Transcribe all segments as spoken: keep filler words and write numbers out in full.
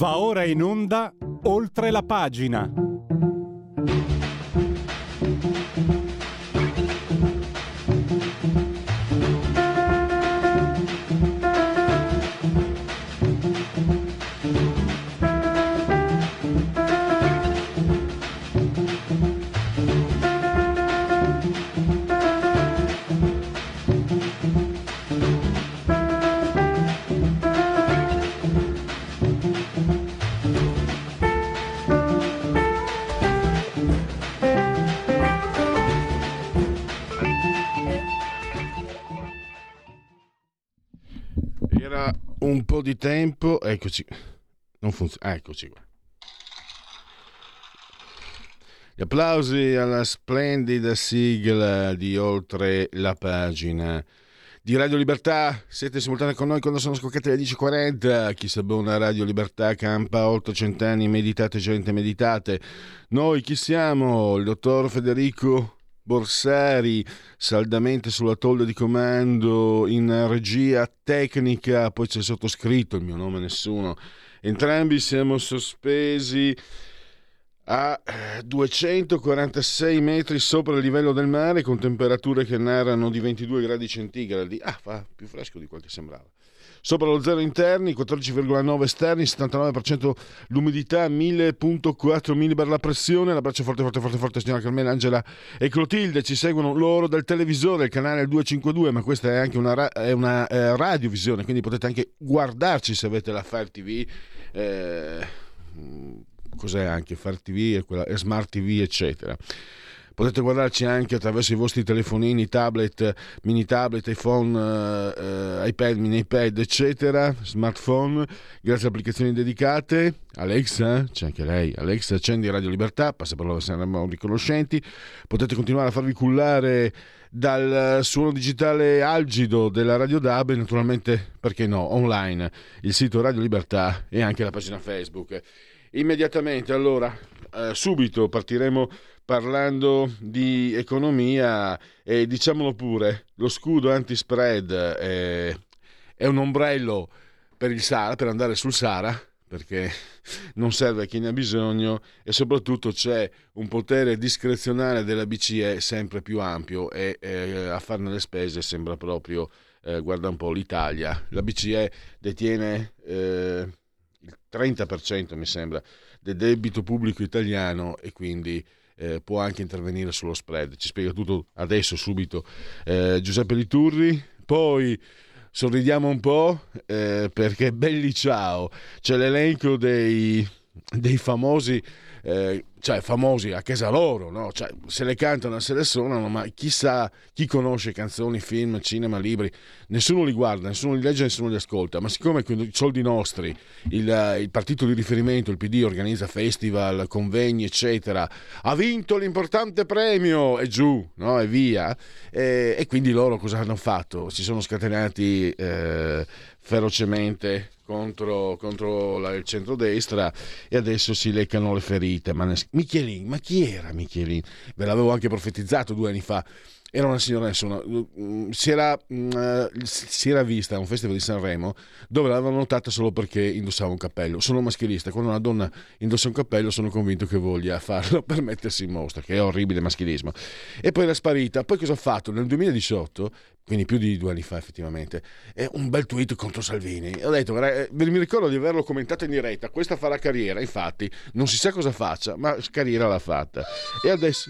Va ora in onda Oltre la pagina. Un po' di tempo, eccoci, non funziona, eccoci qua. Gli applausi alla splendida sigla di Oltre la pagina di Radio Libertà. Siete simultanei con noi quando sono scoccate le dieci e quaranta. Chi sa buona Radio Libertà campa oltre cent'anni, meditate gente, meditate. Noi chi siamo? Il dottor Federico Borsari, saldamente sulla tolla di comando in regia tecnica, poi c'è sottoscritto, il mio nome nessuno. Entrambi siamo sospesi a duecentoquarantasei metri sopra il livello del mare, con temperature che narrano di ventidue gradi centigradi. Ah, fa più fresco di quel che sembrava. Sopra lo zero interni, quattordici virgola nove esterni, settantanove per cento l'umidità, mille virgola quattro millibar la pressione. L'abbraccio forte, forte, forte, forte, signora Carmela, Angela e Clotilde. Ci seguono loro dal televisore, il canale duecentocinquantadue, ma questa è anche una, ra- è una eh, radiovisione, quindi potete anche guardarci se avete la Fire ti vu. Eh, cos'è anche Fire ti vu? È quella, è Smart ti vu, eccetera. Potete guardarci anche attraverso i vostri telefonini, tablet, mini tablet, iPhone, eh, iPad, mini iPad, eccetera, smartphone, grazie a applicazioni dedicate. Alexa, c'è anche lei, Alexa, accendi Radio Libertà, passa per la saremo riconoscenti. Potete continuare a farvi cullare dal suono digitale algido della Radio D A B, e naturalmente, perché no, online, il sito Radio Libertà e anche la pagina Facebook. Immediatamente, allora, eh, subito partiremo parlando di economia e diciamolo pure, lo scudo anti-spread è, è un ombrello per il Sahara, per andare sul Sahara, perché non serve a chi ne ha bisogno e soprattutto c'è un potere discrezionale della B C E sempre più ampio e eh, a farne le spese sembra proprio, eh, guarda un po' l'Italia. La B C E detiene eh, il trenta per cento mi sembra del debito pubblico italiano e quindi Eh, può anche intervenire sullo spread. Ci spiega tutto adesso, subito, eh, Giuseppe Liturri. Poi sorridiamo un po' eh, perché belli ciao, c'è l'elenco dei, dei famosi, eh, cioè famosi a casa loro, no? Cioè, se le cantano, se le suonano, ma chissà chi conosce canzoni, film, cinema, libri, nessuno li guarda, nessuno li legge, nessuno li ascolta. Ma siccome con i soldi nostri il, il partito di riferimento, il P D, organizza festival, convegni, eccetera, ha vinto l'importante premio e giù, no? E via, e, e quindi loro cosa hanno fatto? Si sono scatenati eh, ferocemente contro, contro la, il centrodestra e adesso si leccano le ferite. Ma ne, Michelin, ma chi era Michelin? Ve l'avevo anche profetizzato due anni fa. Era una signora, insomma, si era, si era vista a un festival di Sanremo dove l'avevano notata solo perché indossava un cappello. Sono maschilista, quando una donna indossa un cappello sono convinto che voglia farlo per mettersi in mostra, che è orribile maschilismo. E poi era sparita. Poi cosa ha fatto? Nel duemiladiciotto, quindi più di due anni fa effettivamente, è un bel tweet contro Salvini. Ho detto, mi ricordo di averlo commentato in diretta, questa farà carriera, infatti non si sa cosa faccia, ma carriera l'ha fatta. E adesso...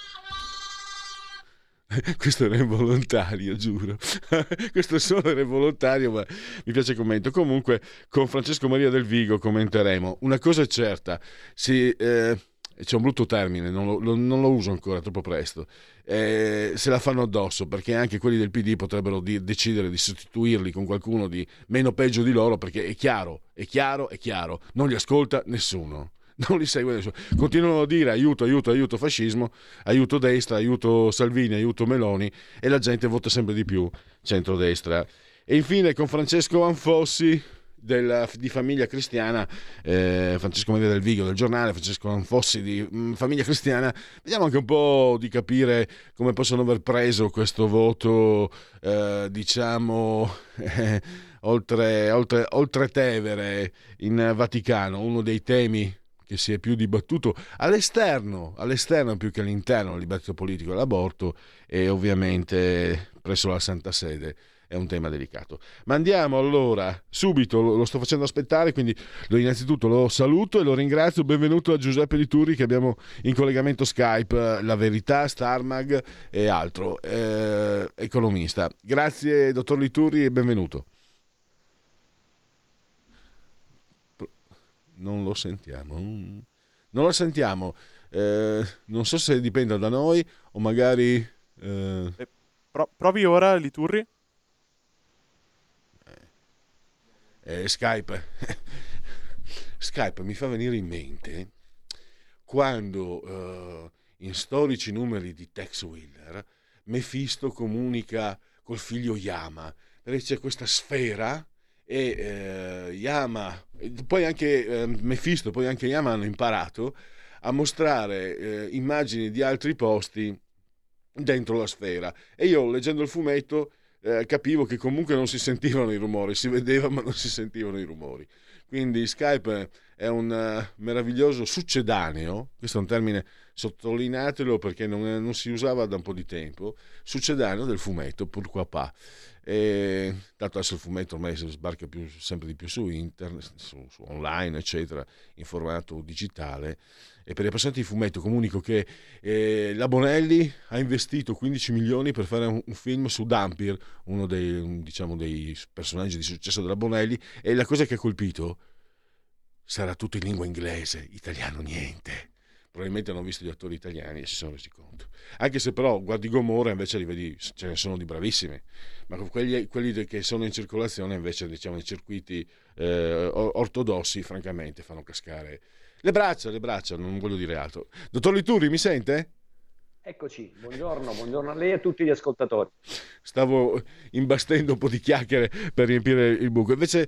Questo era involontario, giuro. Questo solo era involontario, ma mi piace il commento. Comunque, con Francesco Maria Del Vigo commenteremo. Una cosa è certa, si, eh, c'è un brutto termine, non lo, lo, non lo uso ancora, troppo presto. Eh, se la fanno addosso, perché anche quelli del P D potrebbero di, decidere di sostituirli con qualcuno di meno peggio di loro, perché è chiaro, è chiaro, è chiaro, non li ascolta nessuno. Non li segue nessuno. Continuano a dire aiuto, aiuto, aiuto fascismo, aiuto destra, aiuto Salvini, aiuto Meloni, e la gente vota sempre di più centrodestra. E infine con Francesco Anfossi del, di Famiglia Cristiana, eh, Francesco Maria del Vigo del giornale, Francesco Anfossi di mh, Famiglia Cristiana. Vediamo anche un po' di capire come possono aver preso questo voto, eh, diciamo, eh, oltre, oltre, oltre Tevere in Vaticano, uno dei temi che si è più dibattuto all'esterno, all'esterno più che all'interno, il dibattito politico, l'aborto, e ovviamente presso la Santa Sede è un tema delicato. Ma andiamo allora subito, lo sto facendo aspettare, quindi lo, innanzitutto lo saluto e lo ringrazio. Benvenuto a Giuseppe Liturri, che abbiamo in collegamento Skype, La Verità, Starmag e altro, eh, economista. Grazie dottor Liturri e benvenuto. Non lo sentiamo, non lo sentiamo, eh, non so se dipenda da noi o magari... Eh... Eh, pro- provi ora, Liturri? Eh, Skype. Skype mi fa venire in mente quando eh, in storici numeri di Tex Willer Mefisto comunica col figlio Yama, perché c'è questa sfera e eh, Yama, poi anche eh, Mefisto, poi anche Yama hanno imparato a mostrare eh, immagini di altri posti dentro la sfera, e io leggendo il fumetto eh, capivo che comunque non si sentivano i rumori, si vedeva ma non si sentivano i rumori. Quindi Skype è un uh, meraviglioso succedaneo, questo è un termine, sottolineatelo perché non, non si usava da un po' di tempo, succedaneo del fumetto, pourquoi pas. E tanto adesso il fumetto ormai si sbarca più, sempre di più su internet, su, su online eccetera, in formato digitale. E per gli appassionati di fumetto comunico che eh, la Bonelli ha investito quindici milioni per fare un, un film su Dampir, uno dei, diciamo, dei personaggi di successo della Bonelli, e la cosa che ha colpito sarà tutto in lingua inglese, italiano niente. Probabilmente hanno visto gli attori italiani e si sono resi conto. Anche se però guardi Gomorra invece li vedi, ce ne sono di bravissimi, ma quelli, quelli che sono in circolazione invece, diciamo, nei circuiti eh, ortodossi, francamente fanno cascare le braccia, le braccia, non voglio dire altro. Dottor Liturri, mi sente? Eccoci, buongiorno, buongiorno a lei e a tutti gli ascoltatori. Stavo imbastendo un po' di chiacchiere per riempire il buco, invece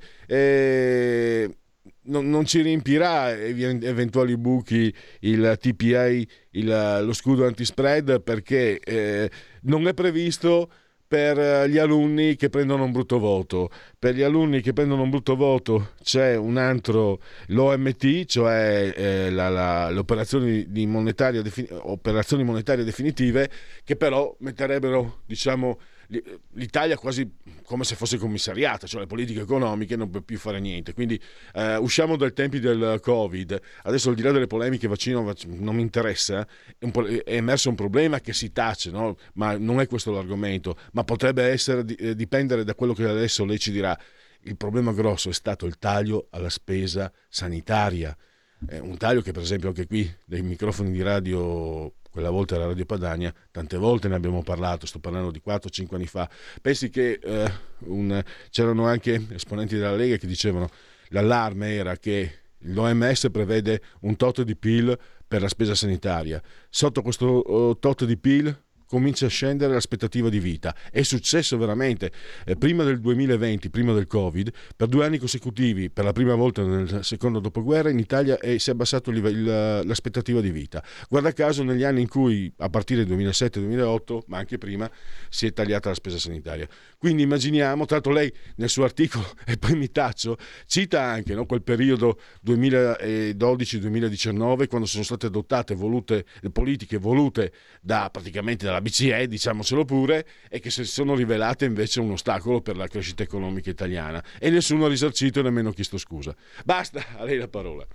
eh, non, non ci riempirà eventuali buchi il T P I, il, lo scudo antispread, perché eh, non è previsto per gli alunni che prendono un brutto voto. Per gli alunni che prendono un brutto voto c'è un altro, l'O M T, cioè eh, la, la, le operazioni, di monetaria, operazioni monetarie definitive, che però metterebbero, diciamo, l'Italia quasi come se fosse commissariata, cioè le politiche economiche non può più fare niente. Quindi eh, usciamo dai tempi del Covid. Adesso, al di là delle polemiche vaccino, non mi interessa, è, un po', è emerso un problema che si tace, no? Ma non è questo l'argomento, ma potrebbe essere, eh, dipendere da quello che adesso lei ci dirà. Il problema grosso è stato il taglio alla spesa sanitaria, eh, un taglio che per esempio anche qui dai microfoni di radio, quella volta era Radio Padania, tante volte ne abbiamo parlato, sto parlando di quattro cinque anni fa. Pensi che eh, un, c'erano anche esponenti della Lega che dicevano l'allarme era che l'O M S prevede un tot di P I L per la spesa sanitaria, sotto questo uh, tot di P I L comincia a scendere l'aspettativa di vita. È successo veramente, eh, prima del duemilaventi, prima del Covid, per due anni consecutivi, per la prima volta nel secondo dopoguerra, in Italia è, si è abbassato il, il, l'aspettativa di vita. Guarda caso, negli anni in cui, a partire dal duemilasette duemilaotto, ma anche prima, si è tagliata la spesa sanitaria. Quindi immaginiamo, tra l'altro lei nel suo articolo, e poi mi taccio, cita anche, no, quel periodo duemiladodici duemiladiciannove, quando sono state adottate volute, le politiche volute da praticamente dalla B C E, diciamocelo pure, e che si sono rivelate invece un ostacolo per la crescita economica italiana, e nessuno ha risarcito e nemmeno chiesto scusa. Basta, a lei la parola.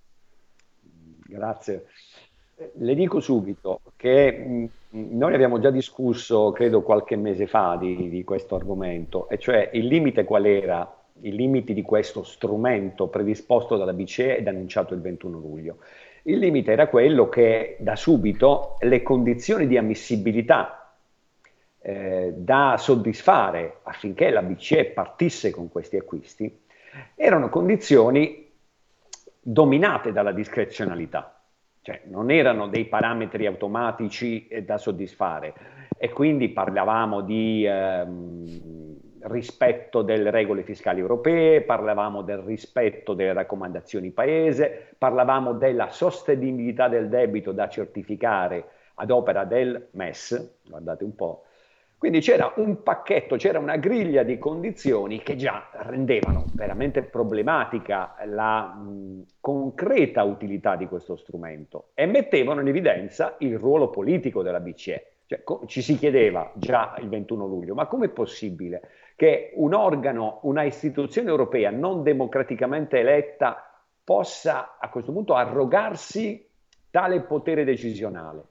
Grazie. Le dico subito che mh, noi abbiamo già discusso, credo qualche mese fa, di, di questo argomento, e cioè il limite qual era, i limiti di questo strumento predisposto dalla B C E ed annunciato il ventuno luglio. Il limite era quello che da subito le condizioni di ammissibilità eh, da soddisfare affinché la B C E partisse con questi acquisti erano condizioni dominate dalla discrezionalità, cioè non erano dei parametri automatici eh, da soddisfare, e quindi parlavamo di ehm, rispetto delle regole fiscali europee, parlavamo del rispetto delle raccomandazioni paese, parlavamo della sostenibilità del debito da certificare ad opera del M E S, guardate un po'. Quindi c'era un pacchetto, c'era una griglia di condizioni che già rendevano veramente problematica la mh, concreta utilità di questo strumento e mettevano in evidenza il ruolo politico della B C E. Cioè, co- ci si chiedeva già il ventuno luglio, ma com'è possibile che un organo, una istituzione europea non democraticamente eletta possa a questo punto arrogarsi tale potere decisionale?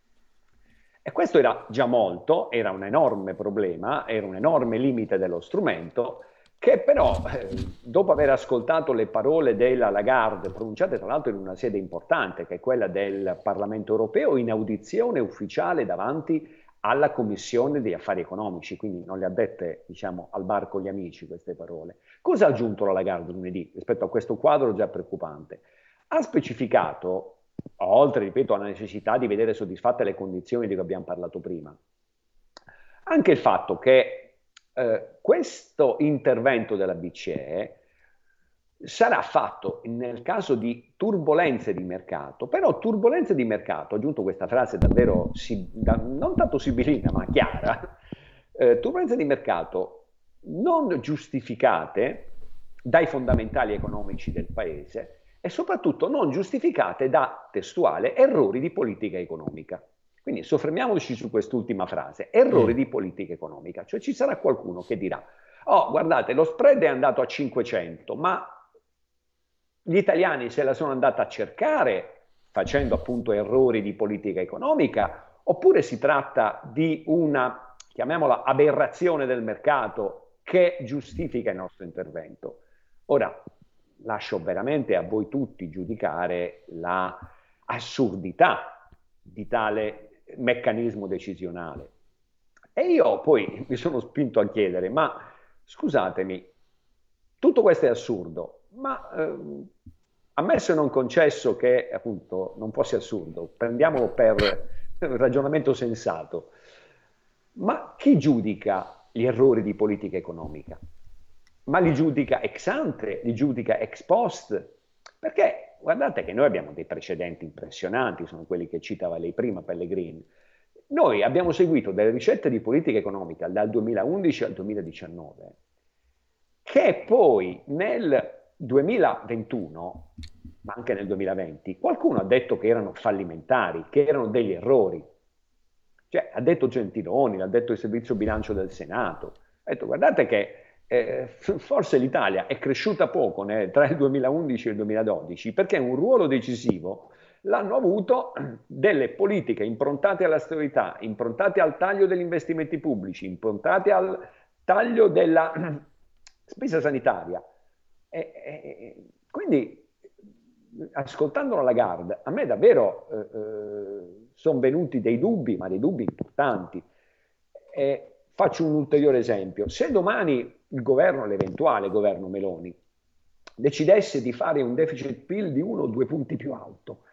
E questo era già molto, era un enorme problema, era un enorme limite dello strumento, che però, eh, dopo aver ascoltato le parole della Lagarde, pronunciate tra l'altro in una sede importante, che è quella del Parlamento europeo, in audizione ufficiale davanti alla Commissione degli Affari Economici, quindi non le ha dette, diciamo, al bar con gli amici queste parole. Cosa ha aggiunto la Lagarde lunedì rispetto a questo quadro già preoccupante? Ha specificato, oltre, ripeto, alla necessità di vedere soddisfatte le condizioni di cui abbiamo parlato prima, anche il fatto che eh, questo intervento della B C E sarà fatto nel caso di turbolenze di mercato, però turbolenze di mercato, ho aggiunto questa frase davvero si, da, non tanto sibillina ma chiara, eh, turbolenze di mercato non giustificate dai fondamentali economici del paese e soprattutto non giustificate da, testuale, errori di politica economica. Quindi soffermiamoci su quest'ultima frase, errori mm. di politica economica, cioè ci sarà qualcuno che dirà, oh guardate lo spread è andato a cinquecento, ma gli italiani se la sono andata a cercare facendo appunto errori di politica economica, oppure si tratta di una, chiamiamola, aberrazione del mercato che giustifica il nostro intervento. Ora, lascio veramente a voi tutti giudicare la assurdità di tale meccanismo decisionale. E io poi mi sono spinto a chiedere, ma scusatemi, tutto questo è assurdo, ma eh, ammesso e non concesso che appunto non fosse assurdo, prendiamolo per un ragionamento sensato, ma chi giudica gli errori di politica economica? Ma li giudica ex ante, li giudica ex post? Perché guardate che noi abbiamo dei precedenti impressionanti, sono quelli che citava lei prima, Pellegrini. Noi abbiamo seguito delle ricette di politica economica dal duemilaundici al duemiladiciannove, che poi nel duemilaventuno, ma anche nel duemilaventi, qualcuno ha detto che erano fallimentari, che erano degli errori. Cioè, ha detto Gentiloni, l'ha detto il Servizio Bilancio del Senato. Ha detto, guardate che eh, forse l'Italia è cresciuta poco nel, tra il duemilaundici e il duemiladodici, perché un ruolo decisivo l'hanno avuto delle politiche improntate all'austerità, improntate al taglio degli investimenti pubblici, improntate al taglio della spesa sanitaria. E, e, quindi, ascoltando la Lagarde, a me davvero eh, eh, sono venuti dei dubbi, ma dei dubbi importanti. E faccio un ulteriore esempio. Se domani il governo, l'eventuale governo Meloni, decidesse di fare un deficit P I L di uno o due punti più alto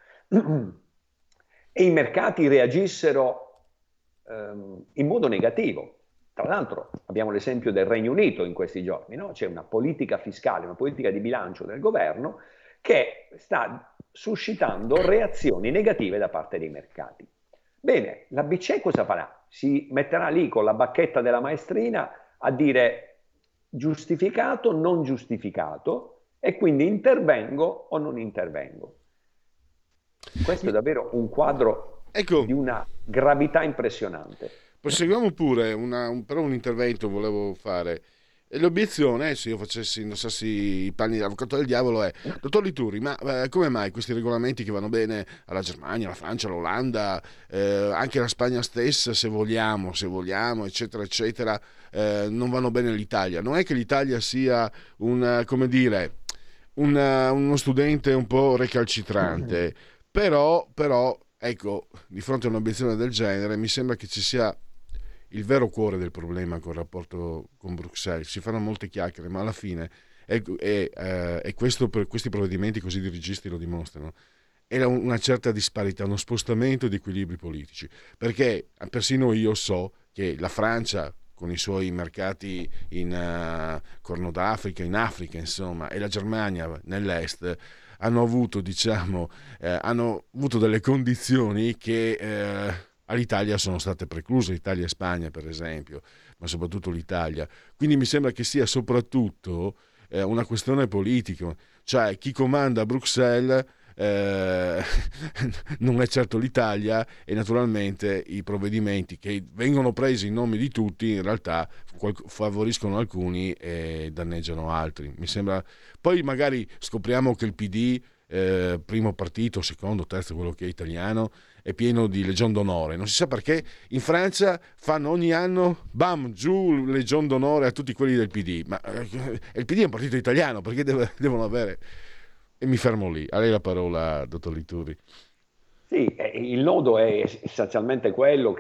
e i mercati reagissero ehm, in modo negativo, tra l'altro abbiamo l'esempio del Regno Unito in questi giorni, no? C'è una politica fiscale, una politica di bilancio del governo che sta suscitando reazioni negative da parte dei mercati. Bene, la B C E cosa farà? Si metterà lì con la bacchetta della maestrina a dire giustificato, non giustificato, e quindi intervengo o non intervengo. Questo è davvero un quadro ecco, di una gravità impressionante. Proseguiamo pure, una, un, però un intervento volevo fare. E l'obiezione, se io facessi, indossassi i panni dell'avvocato del diavolo, è: dottor Liturri, ma eh, come mai questi regolamenti che vanno bene alla Germania, alla Francia, all'Olanda, eh, anche alla Spagna stessa, se vogliamo, se vogliamo, eccetera, eccetera, eh, non vanno bene all'Italia? Non è che l'Italia sia un, come dire, un, uno studente un po' recalcitrante, però, però, ecco, di fronte a un'obiezione del genere, mi sembra che ci sia il vero cuore del problema col rapporto con Bruxelles. Si fanno molte chiacchiere, ma alla fine è, è, è, è questo, per questi provvedimenti così dirigisti lo dimostrano, è una certa disparità, uno spostamento di equilibri politici, perché persino io so che la Francia con i suoi mercati in uh, Corno d'Africa, in Africa, insomma, e la Germania nell'est, hanno avuto, diciamo, eh, hanno avuto delle condizioni che eh, all'Italia sono state precluse, Italia e Spagna per esempio, ma soprattutto l'Italia. Quindi mi sembra che sia soprattutto eh, una questione politica, cioè chi comanda a Bruxelles eh, non è certo l'Italia, e naturalmente i provvedimenti che vengono presi in nome di tutti in realtà favoriscono alcuni e danneggiano altri. Mi sembra. Poi magari scopriamo che il P D, eh, primo partito, secondo, terzo, quello che è italiano, è pieno di legion d'onore. Non si sa perché in Francia fanno ogni anno bam giù legion d'onore a tutti quelli del P D, ma eh, il P D è un partito italiano, perché deve, devono avere. E mi fermo lì. A lei la parola, dottor Liturri. Sì, il nodo è essenzialmente quello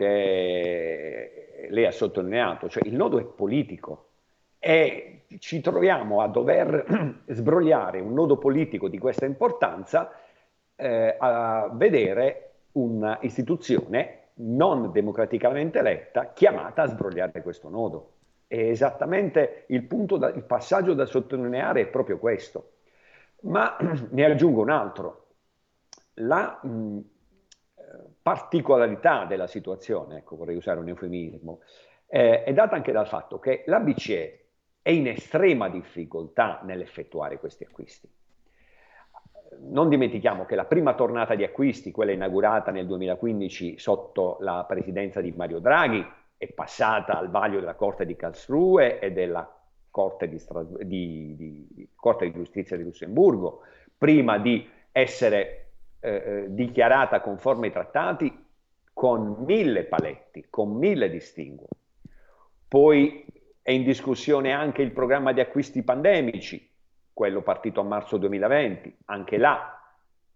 che lei ha sottolineato, cioè il nodo è politico, e ci troviamo a dover sbrogliare un nodo politico di questa importanza, eh, a vedere un'istituzione non democraticamente eletta chiamata a sbrogliare questo nodo. E esattamente il punto, da, il passaggio da sottolineare è proprio questo. Ma ne aggiungo un altro. La mh, particolarità della situazione, ecco, vorrei usare un eufemismo, eh, è data anche dal fatto che la B C E è in estrema difficoltà nell'effettuare questi acquisti. Non dimentichiamo che la prima tornata di acquisti, quella inaugurata nel duemilaquindici sotto la presidenza di Mario Draghi, è passata al vaglio della Corte di Karlsruhe e della Corte di, Stras- di, di, Corte di Giustizia di Lussemburgo, prima di essere eh, dichiarata conforme ai trattati con mille paletti, con mille distinguo. Poi è in discussione anche il programma di acquisti pandemici, quello partito a marzo duemilaventi. Anche là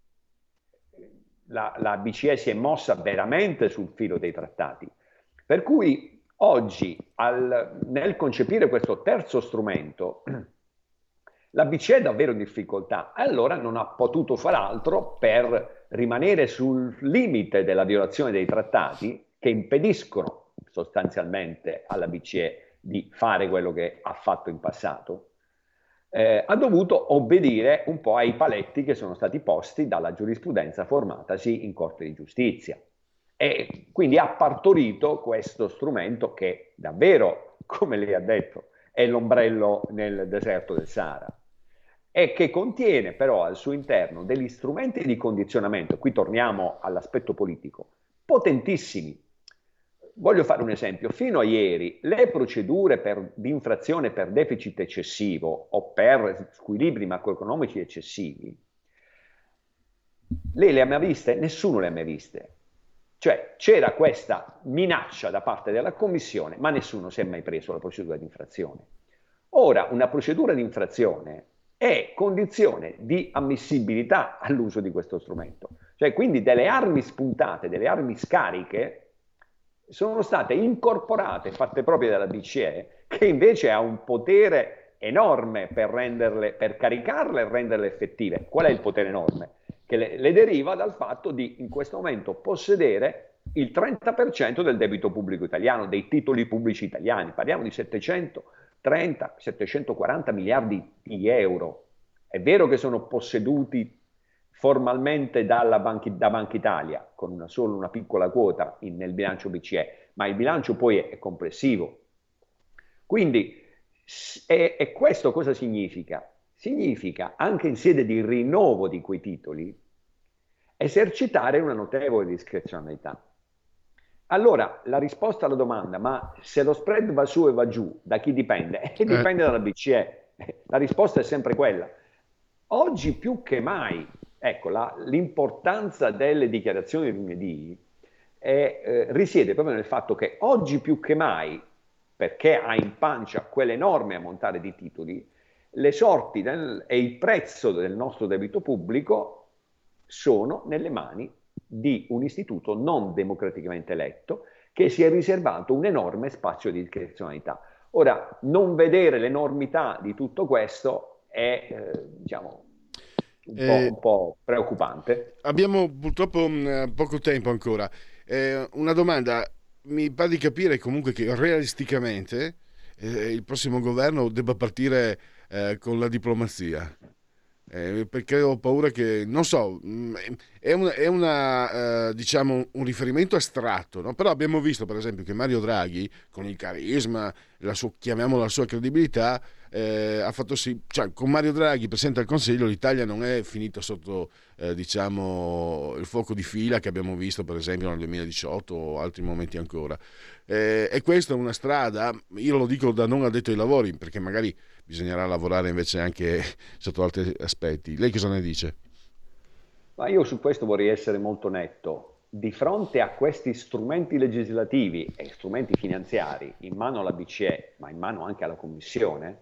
la, la B C E si è mossa veramente sul filo dei trattati. Per cui oggi, al, nel concepire questo terzo strumento, la B C E è davvero in difficoltà, e allora non ha potuto far altro per rimanere sul limite della violazione dei trattati, che impediscono sostanzialmente alla B C E di fare quello che ha fatto in passato. Eh, ha dovuto obbedire un po' ai paletti che sono stati posti dalla giurisprudenza formatasi in Corte di Giustizia. E quindi ha partorito questo strumento che davvero, come lei ha detto, è l'ombrello nel deserto del Sahara, e che contiene però al suo interno degli strumenti di condizionamento. Qui torniamo all'aspetto politico, potentissimi. Voglio fare un esempio. Fino a ieri le procedure per, di infrazione per deficit eccessivo o per squilibri macroeconomici eccessivi, lei le ha mai viste? Nessuno le ha mai viste. Cioè c'era questa minaccia da parte della Commissione, ma nessuno si è mai preso la procedura di infrazione. Ora una procedura di infrazione è condizione di ammissibilità all'uso di questo strumento. Cioè quindi delle armi spuntate, delle armi scariche sono state incorporate, fatte proprie dalla B C E, che invece ha un potere enorme per renderle, per caricarle e renderle effettive. Qual è il potere enorme? Che le, le deriva dal fatto di in questo momento possedere il trenta per cento del debito pubblico italiano, dei titoli pubblici italiani. Parliamo di settecentotrenta settecentoquaranta miliardi di euro. È vero che sono posseduti formalmente dalla Banchi, da Banca Italia, con una solo una piccola quota in, nel bilancio B C E, ma il bilancio poi è, è complessivo. Quindi, e, e questo cosa significa? Significa, anche in sede di rinnovo di quei titoli, esercitare una notevole discrezionalità. Allora, la risposta alla domanda, ma se lo spread va su e va giù, da chi dipende? E dipende dalla B C E. La risposta è sempre quella. Oggi più che mai, ecco, la, l'importanza delle dichiarazioni di lunedì è, eh, risiede proprio nel fatto che oggi più che mai, perché ha in pancia quell'enorme ammontare di titoli, le sorti del, e il prezzo del nostro debito pubblico sono nelle mani di un istituto non democraticamente eletto che si è riservato un enorme spazio di discrezionalità. Ora, non vedere l'enormità di tutto questo è, eh, diciamo, un, eh, po', un po' preoccupante. Abbiamo purtroppo mh, poco tempo ancora. Eh, una domanda. mi pare di capire comunque che realisticamente eh, il prossimo governo debba partire eh, con la diplomazia. Eh, perché ho paura che, non so, mh, è, un, è una, eh, diciamo, un riferimento astratto, no? Però abbiamo visto per esempio che Mario Draghi, con il carisma, la sua, chiamiamola la sua credibilità, eh, ha fatto sì, cioè con Mario Draghi Presidente del Consiglio l'Italia non è finita sotto eh, diciamo il fuoco di fila che abbiamo visto per esempio nel duemiladiciotto o altri momenti ancora. Eh, e questa è una strada, io lo dico da non addetto ai lavori, perché magari bisognerà lavorare invece anche sotto altri aspetti. Lei cosa ne dice? Ma io su questo vorrei essere molto netto. Di fronte a questi strumenti legislativi e strumenti finanziari in mano alla B C E, ma in mano anche alla Commissione,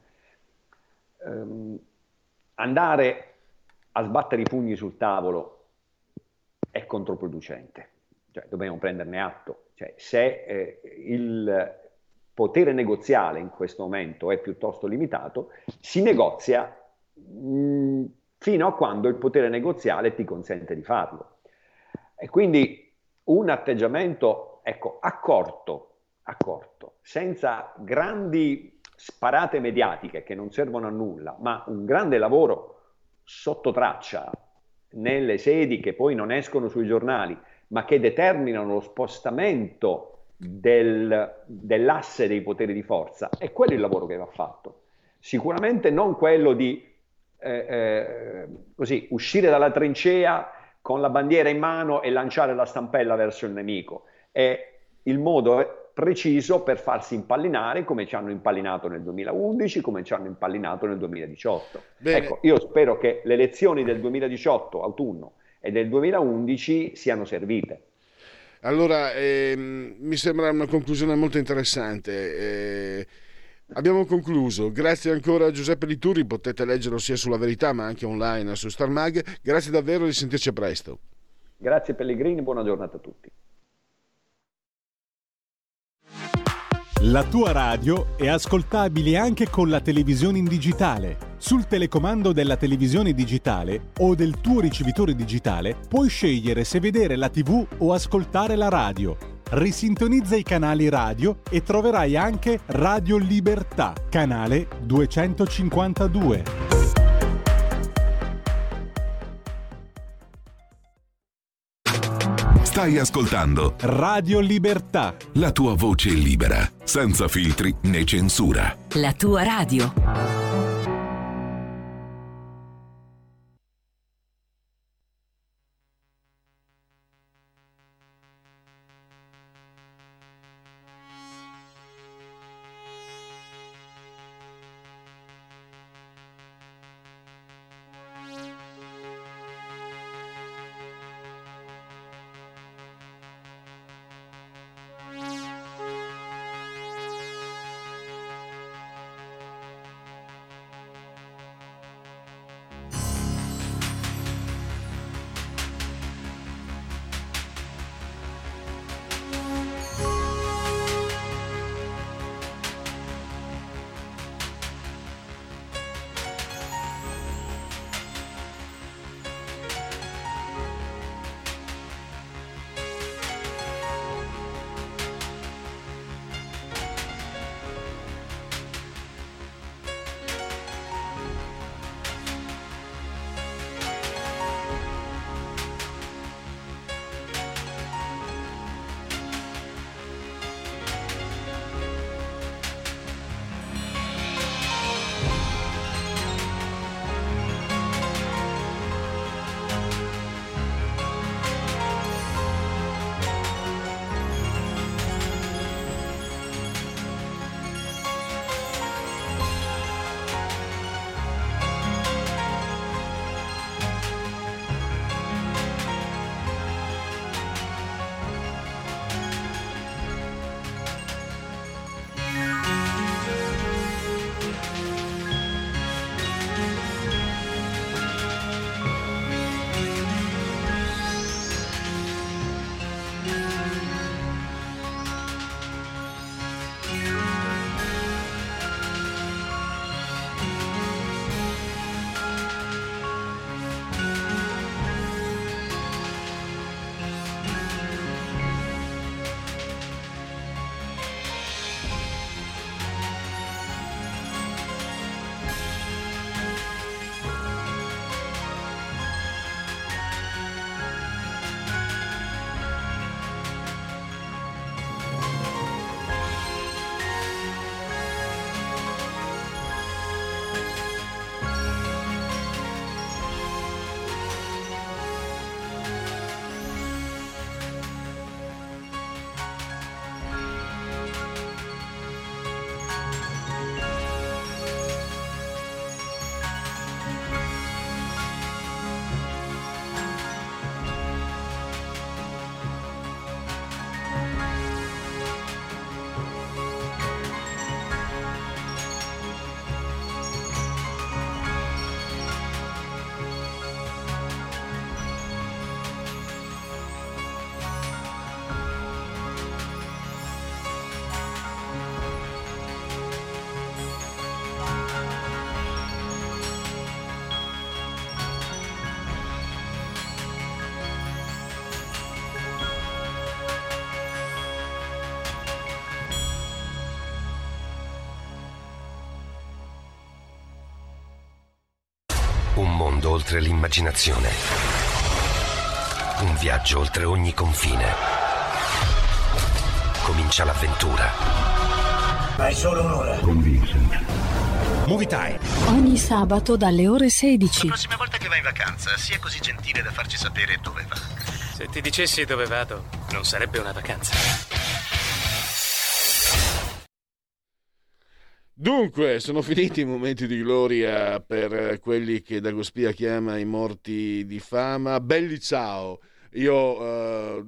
ehm, andare a sbattere i pugni sul tavolo è controproducente. Cioè, dobbiamo prenderne atto. Cioè, se eh, il potere negoziale in questo momento è piuttosto limitato, si negozia mh, fino a quando il potere negoziale ti consente di farlo. E quindi un atteggiamento, ecco, accorto, accorto, senza grandi sparate mediatiche che non servono a nulla, ma un grande lavoro sotto traccia nelle sedi che poi non escono sui giornali, ma che determinano lo spostamento del, dell'asse dei poteri di forza, è quello il lavoro che va fatto. Sicuramente non quello di eh, eh, così, uscire dalla trincea con la bandiera in mano e lanciare la stampella verso il nemico. È il modo preciso per farsi impallinare come ci hanno impallinato nel duemilaundici, come ci hanno impallinato nel duemiladiciotto. Bene. Ecco, io spero che le elezioni del duemiladiciotto, autunno, e del duemilaundici siano servite. Allora, ehm, mi sembra una conclusione molto interessante. Eh, abbiamo concluso. Grazie ancora a Giuseppe Liturri, potete leggerlo sia sulla Verità ma anche online su Star Mag. Grazie davvero, di sentirci a presto. Grazie Pellegrini, buona giornata a tutti. La tua radio è ascoltabile anche con la televisione in digitale. Sul telecomando della televisione digitale o del tuo ricevitore digitale puoi scegliere se vedere la tivù o ascoltare la radio. Risintonizza i canali radio e troverai anche Radio Libertà, canale duecentocinquantadue. Stai ascoltando Radio Libertà. la tua voce libera, senza filtri né censura. La tua radio. Un mondo oltre l'immaginazione. Un viaggio oltre ogni confine. Comincia l'avventura. Hai solo un'ora. Con Vincent. Movie Time. Ogni sabato dalle ore sedici. La prossima volta che vai in vacanza, sia così gentile da farci sapere dove va. Se ti dicessi dove vado, non sarebbe una vacanza. Dunque, sono finiti i momenti di gloria per quelli che Dagospia chiama i morti di fama. Belli ciao! Io, eh,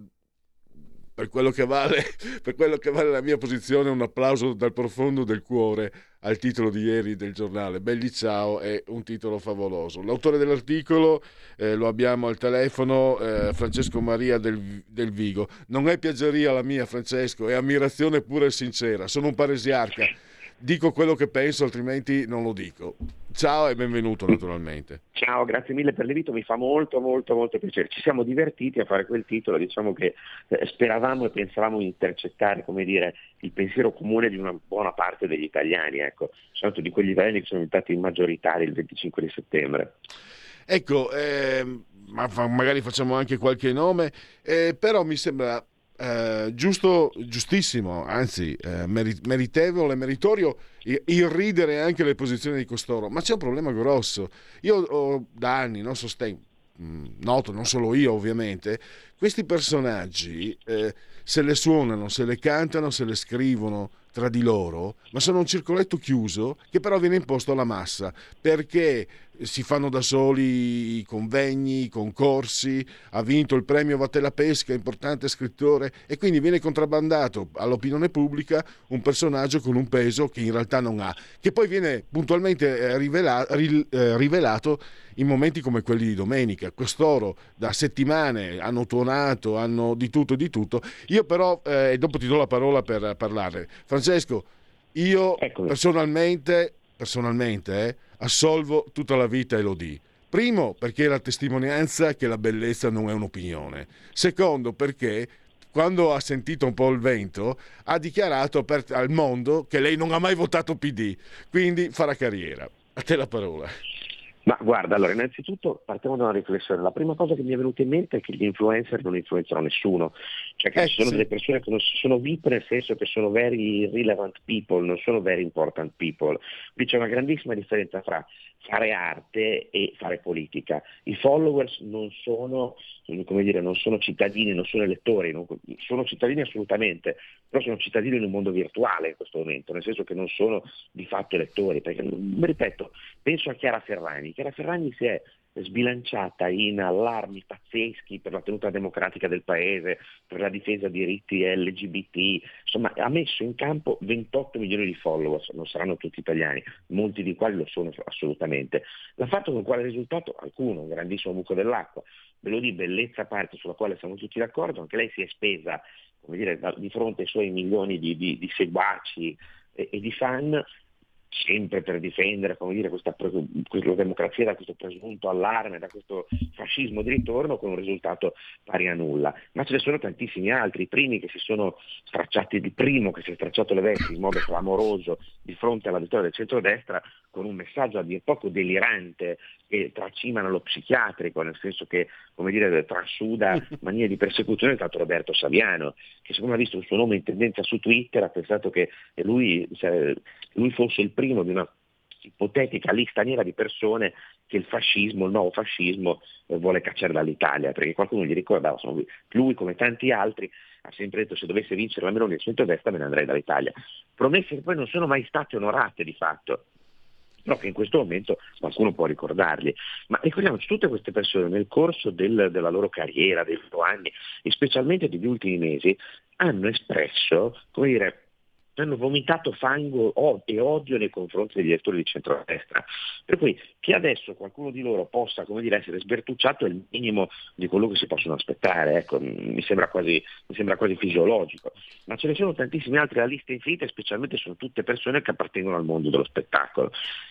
per quello che vale, per quello che vale la mia posizione, un applauso dal profondo del cuore al titolo di ieri del giornale. Belli ciao è un titolo favoloso. L'autore dell'articolo eh, lo abbiamo al telefono, eh, Francesco Maria del, del Vigo. Non è piaggeria la mia, Francesco, è ammirazione pura e sincera. Sono un paresiarca. Dico quello che penso, altrimenti non lo dico. Ciao e benvenuto naturalmente. Ciao, grazie mille per l'invito, mi fa molto molto molto piacere. Ci siamo divertiti a fare quel titolo, diciamo che eh, speravamo e pensavamo di intercettare, come dire, il pensiero comune di una buona parte degli italiani, ecco, soprattutto di quegli italiani che sono stati maggioritari il venticinque di settembre. Ecco, eh, ma magari facciamo anche qualche nome, eh, però mi sembra Eh, giusto, giustissimo, anzi eh, meritevole, meritorio irridere anche le posizioni di costoro, ma c'è un problema grosso. Io ho, da anni non sostengo, mh, noto, non solo io ovviamente, questi personaggi eh, se le suonano, se le cantano, se le scrivono tra di loro, ma sono un circoletto chiuso che però viene imposto alla massa, perché si fanno da soli i convegni, i concorsi, ha vinto il premio Vattela Pesca, importante scrittore, e quindi viene contrabbandato all'opinione pubblica un personaggio con un peso che in realtà non ha, che poi viene puntualmente rivela- ri- eh, rivelato in momenti come quelli di domenica. Costoro da settimane hanno tuonato, hanno di tutto e di tutto. Io però, eh, e dopo ti do la parola per parlare, Francesco, io Eccomi. personalmente, personalmente eh, assolvo tutta la vita Elodie. Primo, perché è la testimonianza che la bellezza non è un'opinione. Secondo, perché quando ha sentito un po' il vento ha dichiarato per, al mondo che lei non ha mai votato P D, quindi farà carriera. A te la parola. Ma guarda, allora innanzitutto partiamo da una riflessione. La prima cosa che mi è venuta in mente è che gli influencer non influenzano nessuno, cioè che Eh, ci sono sì. delle persone che non sono V I P, nel senso che sono very relevant people, non sono very important people. Qui c'è una grandissima differenza fra fare arte e fare politica. I followers non sono, come dire, non sono cittadini, non sono elettori, non, sono cittadini assolutamente, però sono cittadini in un mondo virtuale in questo momento, nel senso che non sono di fatto elettori, perché, ripeto, penso a Chiara Ferragni. Chiara Ferragni si è sbilanciata in allarmi pazzeschi per la tenuta democratica del paese, per la difesa dei diritti L G B T, insomma ha messo in campo ventotto milioni di followers, non saranno tutti italiani, molti di quali lo sono assolutamente. L'ha fatto con quale risultato? Alcuno, un grandissimo buco dell'acqua, ve lo di bellezza a parte sulla quale siamo tutti d'accordo, anche lei si è spesa, come dire, da, di fronte ai suoi milioni di, di, di seguaci e, e di fan, sempre per difendere, come dire, questa, questa democrazia da questo presunto allarme, da questo fascismo di ritorno, con un risultato pari a nulla. Ma ce ne sono tantissimi altri, i primi che si sono stracciati, il primo che si è stracciato le vesti in modo clamoroso di fronte alla vittoria del centrodestra, con un messaggio a dir poco delirante che tracima nello psichiatrico, nel senso che, come dire, trasuda manie di persecuzione, è stato Roberto Saviano, che secondo me ha visto il suo nome in tendenza su Twitter, ha pensato che lui, cioè, lui fosse il primo di una ipotetica lista nera di persone che il fascismo, il nuovo fascismo eh, vuole cacciare dall'Italia, perché qualcuno gli ricordava, insomma, lui, lui come tanti altri ha sempre detto: se dovesse vincere la Meloni al centrodestra me ne andrei dall'Italia. Promesse che poi non sono mai state onorate di fatto, però che in questo momento qualcuno può ricordarli. Ma ricordiamoci, tutte queste persone nel corso del, della loro carriera, dei loro anni e specialmente degli ultimi mesi, hanno espresso, come dire, hanno vomitato fango e odio nei confronti degli elettori di centrodestra. Per cui che adesso qualcuno di loro possa, come dire, essere sbertucciato è il minimo di quello che si possono aspettare, ecco, mi sembra quasi, mi sembra quasi fisiologico. Ma ce ne sono tantissimi altri, la lista è infinita, e specialmente sono tutte persone che appartengono al mondo dello spettacolo.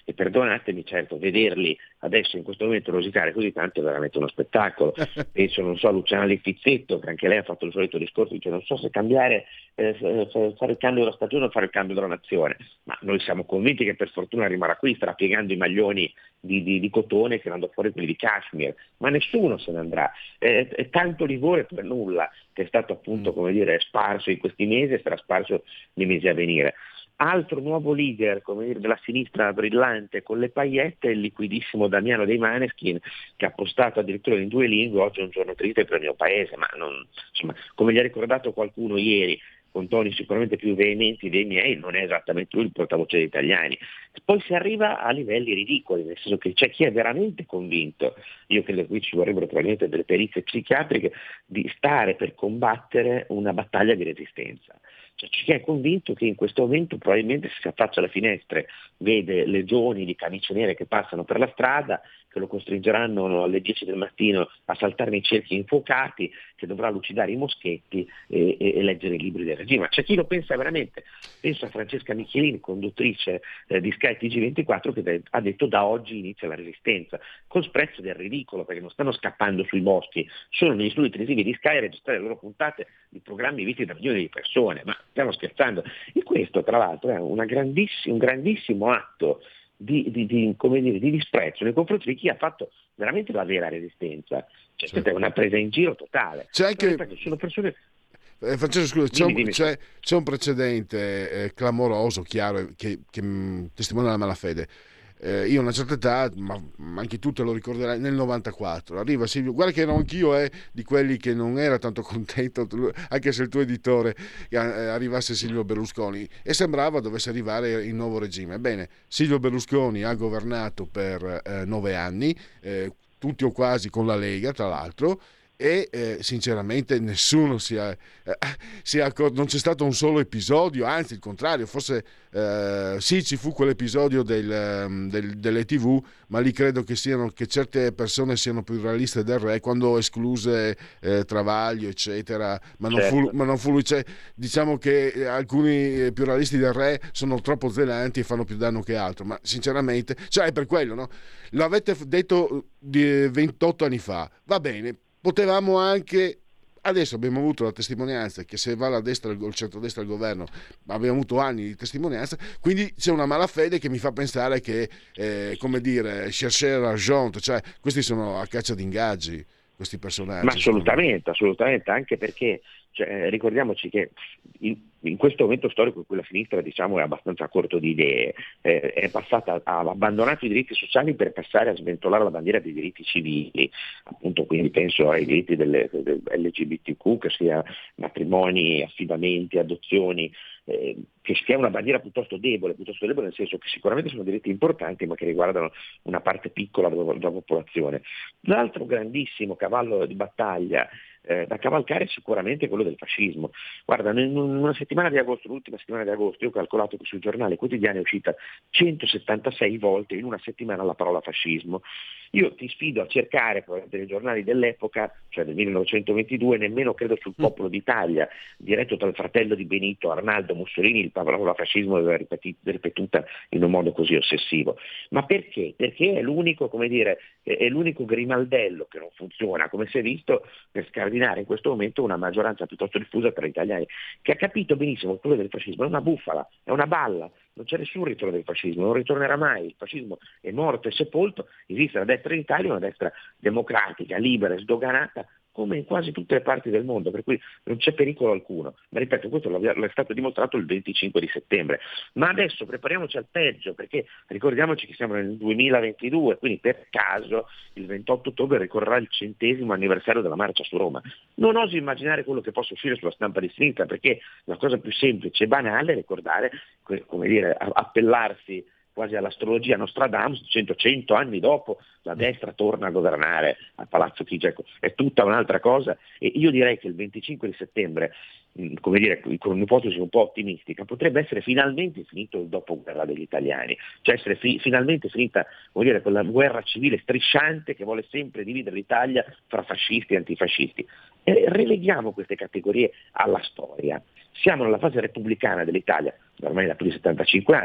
e perdonatemi, certo, vederli adesso in questo momento rosicare così tanto è veramente uno spettacolo. Penso, non so, a Luciana Littizzetto, che anche lei ha fatto il solito discorso, dice non so se cambiare, eh, fare il cambio della stagione o fare il cambio della nazione, ma noi siamo convinti che per fortuna rimarrà qui, starà piegando i maglioni di, di, di cotone, tirando fuori quelli di cashmere, ma nessuno se ne andrà. È, è tanto livore per nulla che è stato appunto, come dire, sparso in questi mesi e sarà sparso nei mesi a venire. Altro nuovo leader, come dire, della sinistra brillante con le paillette, il liquidissimo Damiano dei Maneskin, che ha postato addirittura in due lingue oggi è un giorno triste per il mio paese, ma non, insomma, come gli ha ricordato qualcuno ieri, con toni sicuramente più veementi dei miei, non è esattamente lui il portavoce degli italiani. Poi si arriva a livelli ridicoli, nel senso che c'è chi è veramente convinto, io credo che qui ci vorrebbero probabilmente delle perizie psichiatriche, di stare per combattere una battaglia di resistenza. Cioè, c'è chi è convinto che in questo momento probabilmente si affaccia alle finestre, vede legioni di camicie nere che passano per la strada, che lo costringeranno alle dieci del mattino a saltare nei cerchi infuocati, che dovrà lucidare i moschetti e, e, e leggere i libri del regime. Ma c'è chi lo pensa veramente. Penso a Francesca Michelini, conduttrice eh, di Sky T G ventiquattro, che de- ha detto da oggi inizia la resistenza, col sprezzo del ridicolo, perché non stanno scappando sui boschi, sono negli studi televisivi di Sky a registrare le loro puntate di programmi visti da milioni di persone, ma stiamo scherzando. E questo tra l'altro è una grandiss- un grandissimo atto Di, di, di, come dire, di disprezzo nei confronti di chi ha fatto veramente la vera resistenza. Cioè, certo. È una presa in giro totale. C'è anche... Però, sono persone... Eh, Francesco, scusa, c'è, dimmi, un, dimmi. C'è, c'è un precedente eh, clamoroso, chiaro, che, che mh, testimonia la malafede. Eh, io a una certa età, ma, ma anche tu te lo ricorderai, nel novantaquattro arriva Silvio, guarda che ero anch'io eh, di quelli che non era tanto contento, anche se il tuo editore eh, arrivasse Silvio Berlusconi, e sembrava dovesse arrivare il nuovo regime. Ebbene, Silvio Berlusconi ha governato per eh, nove anni, eh, tutti o quasi con la Lega, tra l'altro, e eh, sinceramente nessuno si è, eh, si è accorto, non c'è stato un solo episodio, anzi il contrario, forse eh, sì, ci fu quell'episodio del, del, delle tivù, ma lì credo che siano che certe persone siano più realiste del re, quando escluse eh, Travaglio eccetera, ma non certo. fu, ma non fu lui, cioè, diciamo che alcuni più realisti del re sono troppo zelanti e fanno più danno che altro, ma sinceramente, cioè è per quello, no? L'avete detto di ventotto anni fa, va bene, potevamo anche, adesso abbiamo avuto la testimonianza che se va la destra o il centrodestra al governo abbiamo avuto anni di testimonianza, quindi c'è una malafede che mi fa pensare che eh, come dire, chercher l'argent, cioè questi sono a caccia di ingaggi, questi personaggi. Ma assolutamente, assolutamente, anche perché cioè, ricordiamoci che in, in questo momento storico in cui la sinistra, diciamo, è abbastanza corto di idee, eh, è passata, ha abbandonato i diritti sociali per passare a sventolare la bandiera dei diritti civili, appunto, quindi penso ai diritti delle, delle L G B T Q, che sia matrimoni, affidamenti, adozioni, eh, che sia una bandiera piuttosto debole, piuttosto debole nel senso che sicuramente sono diritti importanti ma che riguardano una parte piccola della, della popolazione. L'altro grandissimo cavallo di battaglia eh, da cavalcare è sicuramente quello del fascismo. Guarda, in una settimana di agosto, l'ultima settimana di agosto, io ho calcolato che sui giornali quotidiani è uscita centosettantasei volte in una settimana la parola fascismo. Io ti sfido a cercare nei giornali dell'epoca, cioè del millenovecentoventidue, nemmeno credo sul Popolo d'Italia, diretto dal fratello di Benito, Arnaldo Mussolini, il parola fascismo l'aveva ripetuta in un modo così ossessivo. Ma perché? Perché è l'unico, come dire, è l'unico grimaldello che non funziona, come si è visto, per scardinare in questo momento una maggioranza piuttosto diffusa tra gli italiani, che ha capito benissimo che quello del fascismo è una bufala, è una balla. Non c'è nessun ritorno del fascismo, non ritornerà mai, il fascismo è morto e sepolto, esiste la destra in Italia, una destra democratica, libera e sdoganata, come in quasi tutte le parti del mondo, per cui non c'è pericolo alcuno. Ma ripeto, questo è stato dimostrato il venticinque di settembre. Ma adesso prepariamoci al peggio, perché ricordiamoci che siamo nel duemilaventidue, quindi per caso il ventotto ottobre ricorrerà il centesimo anniversario della marcia su Roma. Non oso immaginare quello che possa uscire sulla stampa di sinistra, perché la cosa più semplice e banale è ricordare, come dire, appellarsi quasi all'astrologia Nostradamus, dicendo cento anni dopo la destra torna a governare a Palazzo Chigi. Ecco, è tutta un'altra cosa, e io direi che il venticinque di settembre, come dire, con un'ipotesi un po' ottimistica, potrebbe essere finalmente finito il dopoguerra degli italiani, cioè essere fi- finalmente finita, come dire, quella guerra civile strisciante che vuole sempre dividere l'Italia fra fascisti e antifascisti. E releghiamo queste categorie alla storia. Siamo nella fase repubblicana dell'Italia, ormai da più di settantacinque anni,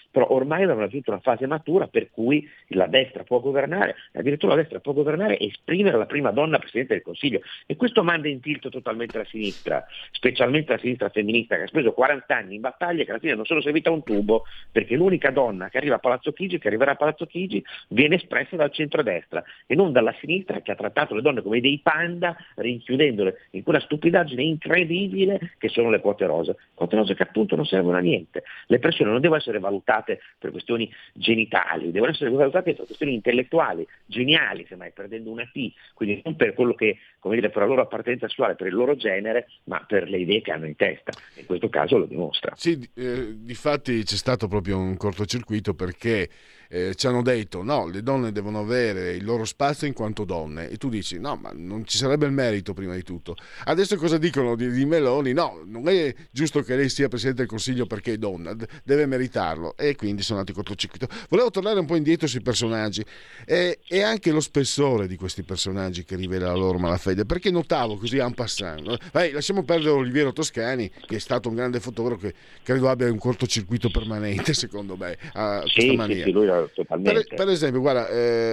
però ormai avevano raggiunto una fase matura per cui la destra può governare, addirittura la destra può governare e esprimere la prima donna Presidente del Consiglio, e questo manda in tilt totalmente la sinistra, specialmente la sinistra femminista, che ha speso quaranta anni in battaglie che alla fine non sono servita a un tubo, perché l'unica donna che arriva a Palazzo Chigi, che arriverà a Palazzo Chigi, viene espressa dal centrodestra e non dalla sinistra, che ha trattato le donne come dei panda, rinchiudendole in quella stupidaggine incredibile che sono le quote rosa. Quote rosa che appunto non servono a niente. Le persone non devono essere valutate per questioni genitali, devono essere valutate per questioni intellettuali, geniali, semmai perdendo una T, quindi non per quello che, come dire, per la loro appartenenza sessuale, per il loro genere, ma per le idee che hanno in testa. In questo caso lo dimostra. Sì, eh, difatti c'è stato proprio un cortocircuito, perché eh, ci hanno detto no, le donne devono avere il loro spazio in quanto donne, e tu dici no, ma non ci sarebbe il merito prima di tutto. Adesso cosa dicono di, di Meloni? No, non è giusto che lei sia Presidente del Consiglio perché è donna, d- deve meritarlo, e quindi sono andati cortocircuito. Volevo tornare un po' indietro sui personaggi e, e anche lo spessore di questi personaggi che rivela la loro malafede, perché notavo così en passant, vai, lasciamo perdere Oliviero Toscani, che è stato un grande fotografo, che credo abbia un cortocircuito permanente, secondo me, a sì, questa mania. Sì, sì, lui totalmente. Per, per esempio, guarda,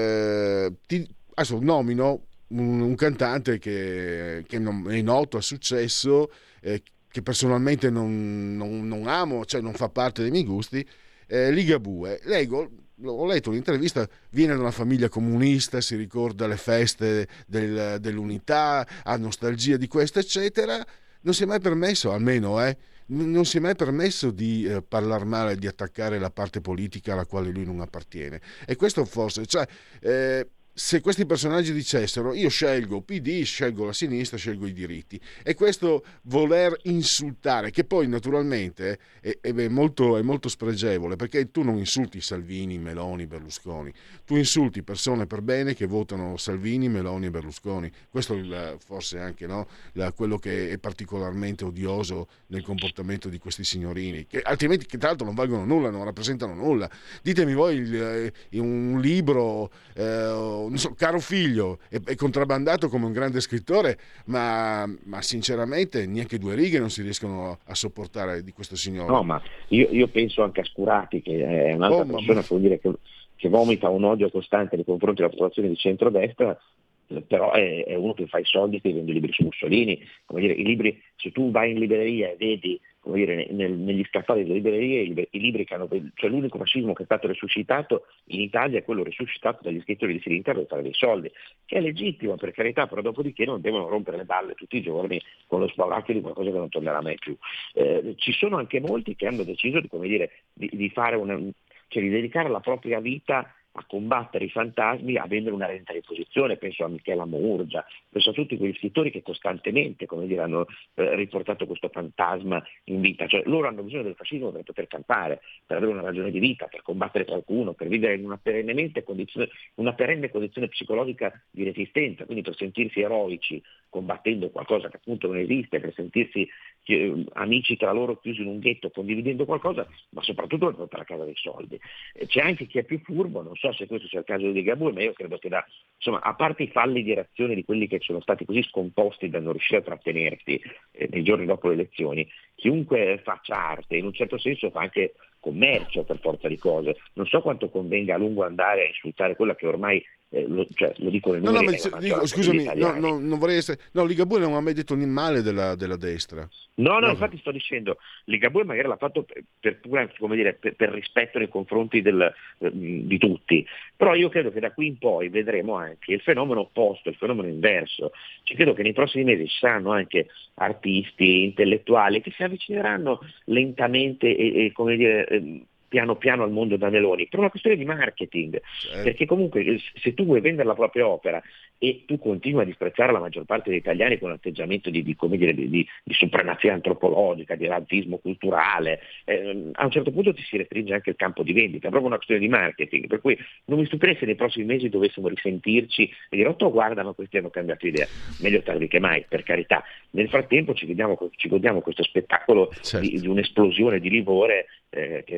eh, ti, adesso nomino un, un cantante che, che non, è noto, ha successo, eh, che personalmente non, non, non amo, cioè non fa parte dei miei gusti, eh, Ligabue. Leggo, ho letto un'intervista, viene da una famiglia comunista, si ricorda le feste del, dell'unità, ha nostalgia di questo, eccetera. Non si è mai permesso, almeno, eh, non si è mai permesso di eh, parlare male, di attaccare la parte politica alla quale lui non appartiene. E questo forse, cioè, eh, se questi personaggi dicessero io scelgo P D, scelgo la sinistra, scelgo i diritti, e questo voler insultare, che poi naturalmente è, è, molto, è molto spregevole, perché tu non insulti Salvini, Meloni, Berlusconi, tu insulti persone per bene che votano Salvini, Meloni e Berlusconi. Questo è il, forse anche no, la, quello che è particolarmente odioso nel comportamento di questi signorini, che altrimenti, che tra l'altro non valgono nulla, non rappresentano nulla. Ditemi voi il, un libro, eh, non so, Caro Figlio è, è contrabbandato come un grande scrittore, ma, ma sinceramente neanche due righe non si riescono a sopportare di questo signore. No, ma io, io penso anche a Scurati, che è un'altra oh, persona, ma... vuol dire che, che vomita un odio costante nei confronti della popolazione di centrodestra, però è, è uno che fa i soldi che vende libri su Mussolini. Come dire, i libri, se tu vai in libreria e vedi, come dire, nel, negli scaffali delle librerie i, i libri che hanno, cioè l'unico fascismo che è stato resuscitato in Italia è quello resuscitato dagli scrittori di sinistra per fare dei soldi, che è legittimo, per carità, però dopodiché non devono rompere le balle tutti i giorni con lo spauracchio di qualcosa che non tornerà mai più. Eh, ci sono anche molti che hanno deciso di, come dire, di, di fare una, cioè di dedicare la propria vita a combattere i fantasmi, a vendere una rendita di posizione. Penso a Michela Murgia, penso a tutti quegli scrittori che costantemente, come dire, hanno eh, riportato questo fantasma in vita. Cioè loro hanno bisogno del fascismo per poter campare, per avere una ragione di vita, per combattere qualcuno, per vivere in una perennemente condizione, una perenne condizione psicologica di resistenza, quindi per sentirsi eroici combattendo qualcosa che appunto non esiste, per sentirsi eh, amici tra loro chiusi in un ghetto condividendo qualcosa, ma soprattutto per portare a casa dei soldi. Eh, c'è anche chi è più furbo, non so se questo sia il caso di Ligabue, ma io credo che da, insomma, a parte i falli di reazione di quelli che sono stati così scomposti da non riuscire a trattenersi eh, nei giorni dopo le elezioni, chiunque faccia arte in un certo senso fa anche commercio per forza di cose. Non so quanto convenga a lungo andare a insultare quella che ormai eh, lo, cioè, lo dico nel no, no, ma dico, scusami, no, no, non vorrei essere no, Ligabue non ha mai detto né male della, della destra. No, no, no, infatti sto dicendo, Ligabue magari l'ha fatto per, per pura, come dire, per, per rispetto nei confronti del, di tutti, però io credo che da qui in poi vedremo anche il fenomeno opposto, il fenomeno inverso. Ci credo che nei prossimi mesi ci saranno anche artisti, intellettuali che si avvicineranno lentamente e, e come dire, piano piano al mondo da Meloni, per una questione di marketing, certo. Perché comunque se tu vuoi vendere la propria opera e tu continui a disprezzare la maggior parte degli italiani con un atteggiamento di, di, come dire, di, di, di supremazia antropologica, di razzismo culturale, eh, a un certo punto ti si restringe anche il campo di vendita, è proprio una questione di marketing, per cui non mi stupirei se nei prossimi mesi dovessimo risentirci e dire oh guarda, ma questi hanno cambiato idea, meglio tardi che mai, per carità. Nel frattempo ci godiamo, ci godiamo questo spettacolo, certo. di, di un'esplosione di livore eh, che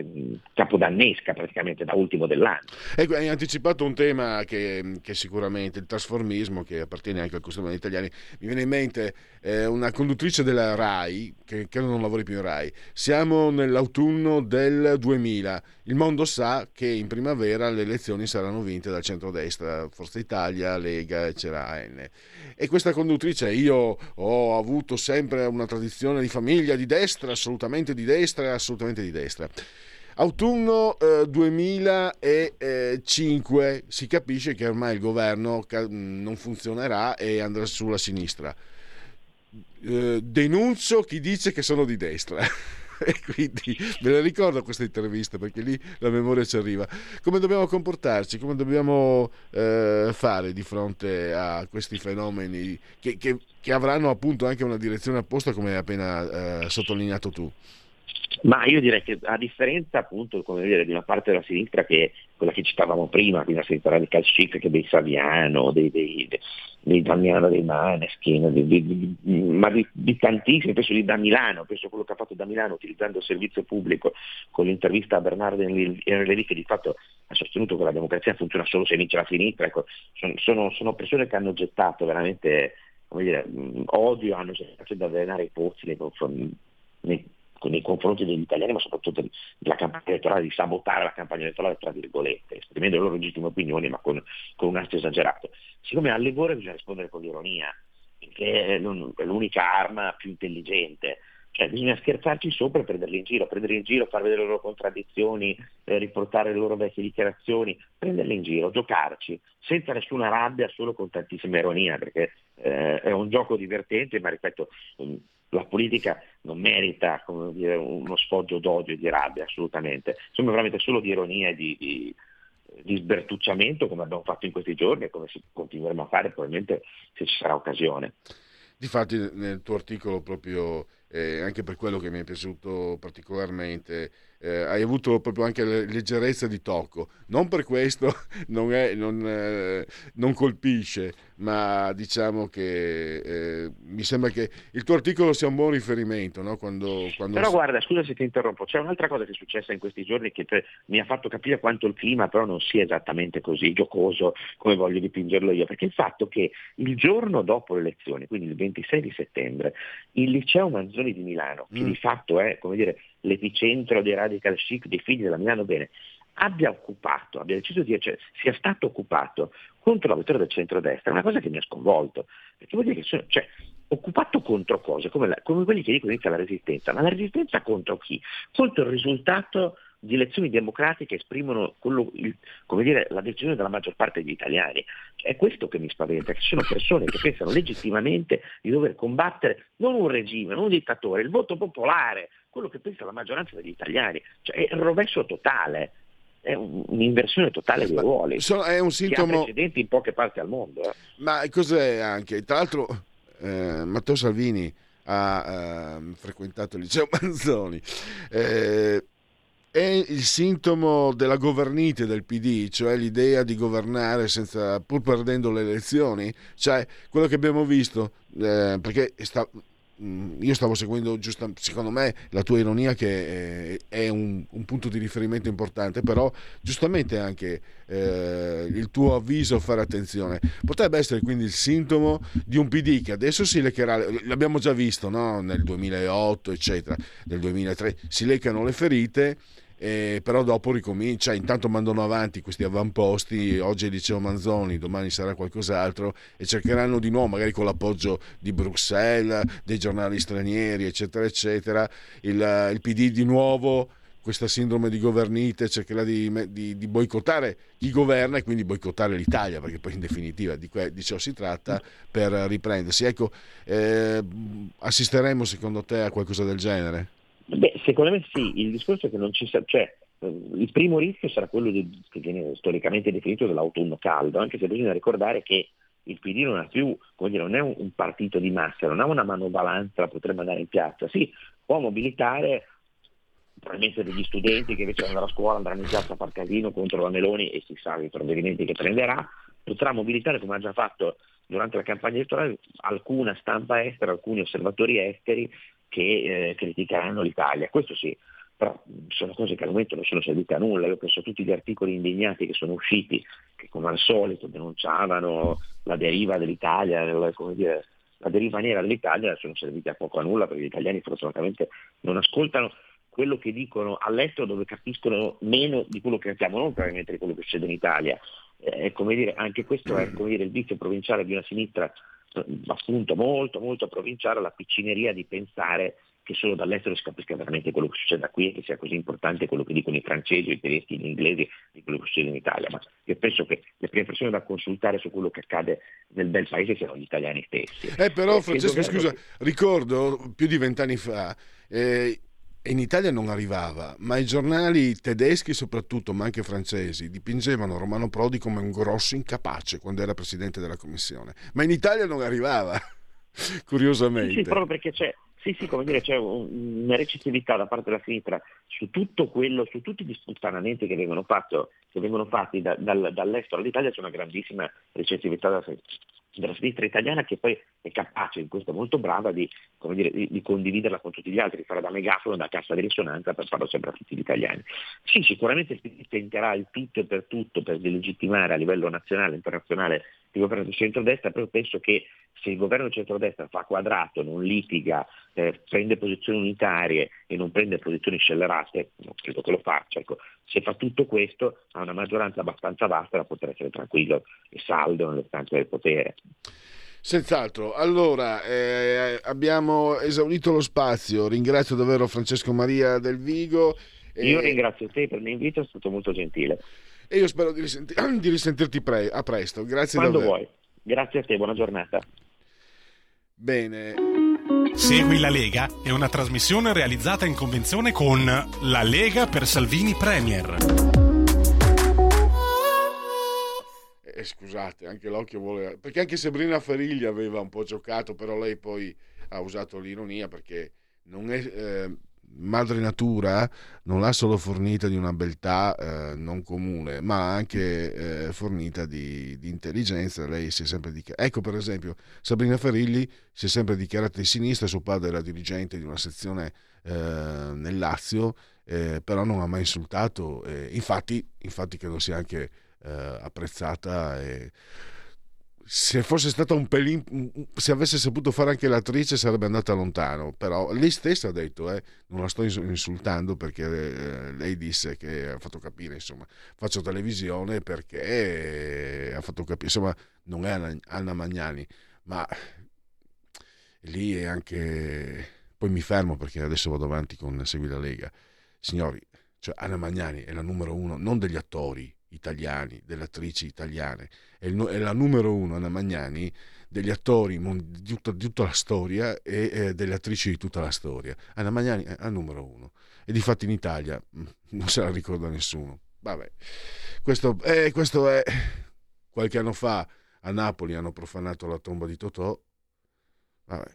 capodannesca praticamente da ultimo dell'anno. Ecco, hai anticipato un tema che, che sicuramente il trasformismo, che appartiene anche al costume degli italiani. Mi viene in mente eh, una conduttrice della RAI che credo non lavori più in RAI. Siamo nell'autunno del duemila, il mondo sa che in primavera le elezioni saranno vinte dal centrodestra, Forza Italia, Lega e c'era A N. E questa conduttrice: io ho avuto sempre una tradizione di famiglia di destra, assolutamente di destra, assolutamente di destra. Autunno eh, duemilacinque, si capisce che ormai il governo ca- non funzionerà e andrà sulla sinistra. Eh, denuncio chi dice che sono di destra. E quindi me la ricordo questa intervista, perché lì la memoria ci arriva. Come dobbiamo comportarci, come dobbiamo eh, fare di fronte a questi fenomeni che, che, che avranno appunto anche una direzione apposta, come hai appena eh, sottolineato tu? Ma io direi che, a differenza appunto, come dire, di una parte della sinistra che è quella che citavamo prima, quindi la sinistra radical chic, che dei Saviano, dei, dei, dei, dei Damiano, dei Maneskin, di, di, di, ma di, di tantissimi, penso di da Milano, penso a quello che ha fatto da Milano utilizzando il servizio pubblico con l'intervista a Bernardo Enrielli, che di fatto ha sostenuto che la democrazia funziona solo se vince la sinistra. Ecco, sono, sono persone che hanno gettato veramente, come dire, odio, hanno cercato di avvelenare i pozzi nei confronti nei, nei confronti degli italiani, ma soprattutto della campagna elettorale, di sabotare la campagna elettorale tra virgolette, esprimendo le loro legittime opinioni ma con, con un astio esagerato. Siccome alle gore bisogna rispondere con l'ironia, che è l'unica arma più intelligente, cioè bisogna scherzarci sopra e prenderli in giro, prenderli in giro, far vedere le loro contraddizioni, eh, riportare le loro vecchie dichiarazioni, prenderli in giro, giocarci, senza nessuna rabbia, solo con tantissima ironia, perché eh, è un gioco divertente, ma ripeto, la politica non merita, come dire, uno sfoggio d'odio e di rabbia, assolutamente. Insomma, veramente solo di ironia e di, di, di sbertucciamento, come abbiamo fatto in questi giorni e come si continueremo a fare probabilmente se ci sarà occasione. Difatti nel tuo articolo, proprio eh, anche per quello che mi è piaciuto particolarmente, eh, hai avuto proprio anche la leggerezza di tocco. Non per questo non, è, non, eh, non colpisce, ma diciamo che eh, mi sembra che il tuo articolo sia un buon riferimento, no? Quando, quando... Però guarda, scusa se ti interrompo, c'è un'altra cosa che è successa in questi giorni che te, mi ha fatto capire quanto il clima però non sia esattamente così giocoso come voglio dipingerlo io, perché il fatto che il giorno dopo le elezioni, quindi il ventisei di settembre, il liceo Manzoni di Milano, che mm. di fatto è, come dire, l'epicentro dei radical chic, dei figli della Milano Bene, abbia occupato, abbia deciso di, cioè, sia stato occupato contro la vittoria del centrodestra, è una cosa che mi ha sconvolto, perché vuol dire che sono, cioè, occupato contro cose, come, la, come quelli che dicono inizia la resistenza, ma la resistenza contro chi? Contro il risultato di elezioni democratiche che esprimono quello, il, come dire, la decisione della maggior parte degli italiani. Cioè, è questo che mi spaventa, che ci sono persone che pensano legittimamente di dover combattere non un regime, non un dittatore, il voto popolare, quello che pensa la maggioranza degli italiani, cioè è il rovescio totale. È un'inversione totale dei ruoli. È un sintomo... che ha precedenti in poche parti al mondo. Eh. Ma cos'è anche? Tra l'altro eh, Matteo Salvini ha eh, frequentato il liceo Manzoni. Eh, è il sintomo della governite del P D, cioè l'idea di governare senza, pur perdendo le elezioni. Cioè quello che abbiamo visto, eh, perché sta... io stavo seguendo, giusto, secondo me, la tua ironia, che è un, un punto di riferimento importante, però giustamente anche eh, il tuo avviso a fare attenzione potrebbe essere quindi il sintomo di un P D che adesso si leccherà, l'abbiamo già visto, no? Nel duemilaotto eccetera, nel duemilatré si leccano le ferite. Eh, però dopo ricomincia, intanto mandano avanti questi avamposti, oggi è il liceo Manzoni, domani sarà qualcos'altro, e cercheranno di nuovo, magari con l'appoggio di Bruxelles, dei giornali stranieri eccetera eccetera, il, il P D di nuovo, questa sindrome di governite, cercherà di, di, di boicottare chi governa e quindi boicottare l'Italia, perché poi in definitiva di, que, di ciò si tratta, per riprendersi. Ecco, eh, assisteremo secondo te a qualcosa del genere? Beh, secondo me sì, il discorso è che non ci sa, cioè il primo rischio sarà quello di, che viene storicamente definito dell'autunno caldo, anche se bisogna ricordare che il P D non ha più, come dire, non è un, un partito di massa, non ha una manovalanza da poter mandare in piazza, sì, può mobilitare probabilmente degli studenti che invece vanno alla scuola, andranno in piazza a far casino contro la Meloni e si sa i provvedimenti che prenderà, potrà mobilitare, come ha già fatto durante la campagna elettorale, alcuna stampa estera, alcuni osservatori esteri che eh, criticheranno l'Italia, questo sì. però sono cose che al momento non sono servite a nulla. Io penso a tutti gli articoli indignati che sono usciti, che come al solito denunciavano la deriva dell'Italia, la, come dire, la deriva nera dell'Italia, sono serviti a poco a nulla, perché gli italiani fortunatamente non ascoltano quello che dicono all'estero, dove capiscono meno di quello che capiamo noi probabilmente di quello che succede in Italia. Eh, come dire, anche questo è come dire, il vizio provinciale di una sinistra appunto molto molto provinciale, la piccineria di pensare che solo dall'estero si capisca veramente quello che succede qui e che sia così importante quello che dicono i francesi, i tedeschi, gli inglesi di quello che succede in Italia. Ma io penso che le prime persone da consultare su quello che accade nel bel paese siano gli italiani stessi. Eh, però eh, Francesco, governo... scusa, ricordo più di vent'anni fa eh, in Italia non arrivava, ma i giornali tedeschi soprattutto, ma anche francesi, dipingevano Romano Prodi come un grosso incapace quando era presidente della commissione, ma in Italia non arrivava, curiosamente. Sì, sì, proprio perché c'è, sì, sì, come dire, c'è un, una recettività da parte della sinistra su tutto quello, su tutti gli sputtanamenti che vengono, fatto, che vengono fatti da, dal, dall'estero all'Italia. C'è una grandissima recettività da, della sinistra italiana, che poi è capace, in questo molto brava, di, come dire, di, di condividerla con tutti gli altri, di fare da megafono, da cassa di risonanza per farlo sempre a tutti gli italiani. Sì, sicuramente il P D tenterà il tutto e per tutto per delegittimare a livello nazionale e internazionale il governo di centrodestra, però penso che se il governo di centrodestra fa quadrato, non litiga, eh, prende posizioni unitarie e non prende posizioni scellerate, non credo che lo faccia, ecco, se fa tutto questo ha una maggioranza abbastanza vasta da poter essere tranquillo e saldo nelle stanze del potere. Senz'altro. Allora, eh, abbiamo esaurito lo spazio. Ringrazio davvero Francesco Maria Del Vigo. E... Io ringrazio te per l'invito, è stato molto gentile. E io spero di, risenti- di risentirti pre- a presto. Grazie Quando davvero. vuoi. Grazie a te, buona giornata. Bene. Segui la Lega è una trasmissione realizzata in convenzione con La Lega per Salvini Premier. Eh, scusate, anche l'occhio vuole... Perché anche Sabrina Ferilli aveva un po' giocato, però lei poi ha usato l'ironia, perché non è... Eh, Madre Natura non l'ha solo fornita di una beltà eh, non comune, ma anche eh, fornita di, di intelligenza. Lei si è sempre dichiarata, ecco, per esempio Sabrina Ferilli si è sempre dichiarata di sinistra, suo padre era dirigente di una sezione eh, nel Lazio, eh, però non ha mai insultato, eh, infatti, infatti credo sia anche eh, apprezzata. E se fosse stata un pelin, se avesse saputo fare anche l'attrice sarebbe andata lontano, però lei stessa ha detto, eh, non la sto insultando, perché eh, lei disse che ha fatto capire, insomma, faccio televisione perché ha fatto capire, insomma, non è Anna, Anna Magnani, ma lì è anche, poi mi fermo perché adesso vado avanti con Segui la Lega, signori, cioè Anna Magnani è la numero uno non degli attori italiani, delle attrici italiane, è, il, è la numero uno Anna Magnani degli attori di tutta, di tutta la storia e eh, delle attrici di tutta la storia. Anna Magnani è la numero uno e difatti in Italia non se la ricorda nessuno. Vabbè, questo, eh, questo è qualche anno fa a Napoli hanno profanato la tomba di Totò. Vabbè.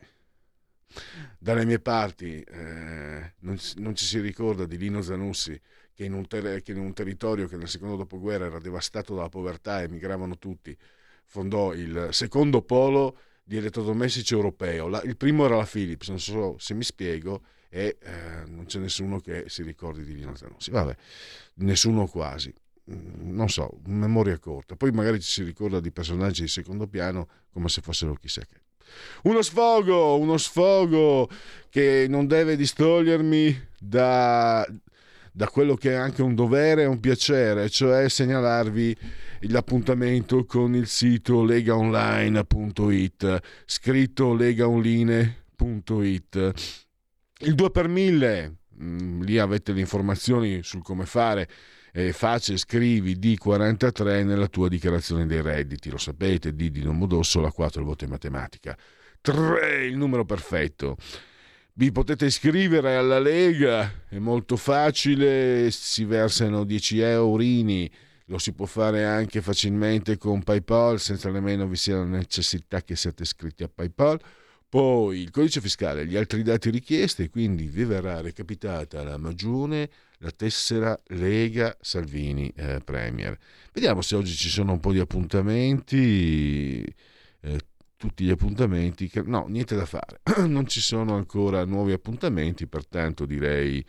Dalle mie parti eh, non, non ci si ricorda di Lino Zanussi, che in, un ter- che in un territorio che nel secondo dopoguerra era devastato dalla povertà e emigravano tutti, fondò il secondo polo di elettrodomestici europeo. La, il primo era la Philips, non so se mi spiego, e eh, non c'è nessuno che si ricordi di Lino Zanussi. Vabbè, nessuno quasi. Non so, memoria corta. Poi magari ci si ricorda di personaggi di secondo piano come se fossero chissà che. Uno sfogo, uno sfogo che non deve distogliermi da, da quello che è anche un dovere e un piacere, cioè segnalarvi l'appuntamento con il sito legaonline punto it, scritto legaonline punto it. Il due per mille, mh, lì avete le informazioni sul come fare. È facile, scrivi D quarantatré nella tua dichiarazione dei redditi, lo sapete, D di Domodossola, quattro il voto in matematica, tre il numero perfetto. Vi potete iscrivere alla Lega, è molto facile, si versano dieci eurini, lo si può fare anche facilmente con PayPal, senza nemmeno vi sia la necessità che siate iscritti a PayPal. Poi il codice fiscale, gli altri dati richiesti, quindi vi verrà recapitata la magione, la tessera Lega Salvini eh, Premier. Vediamo se oggi ci sono un po' di appuntamenti, eh, tutti gli appuntamenti, che, no, niente da fare, non ci sono ancora nuovi appuntamenti, pertanto direi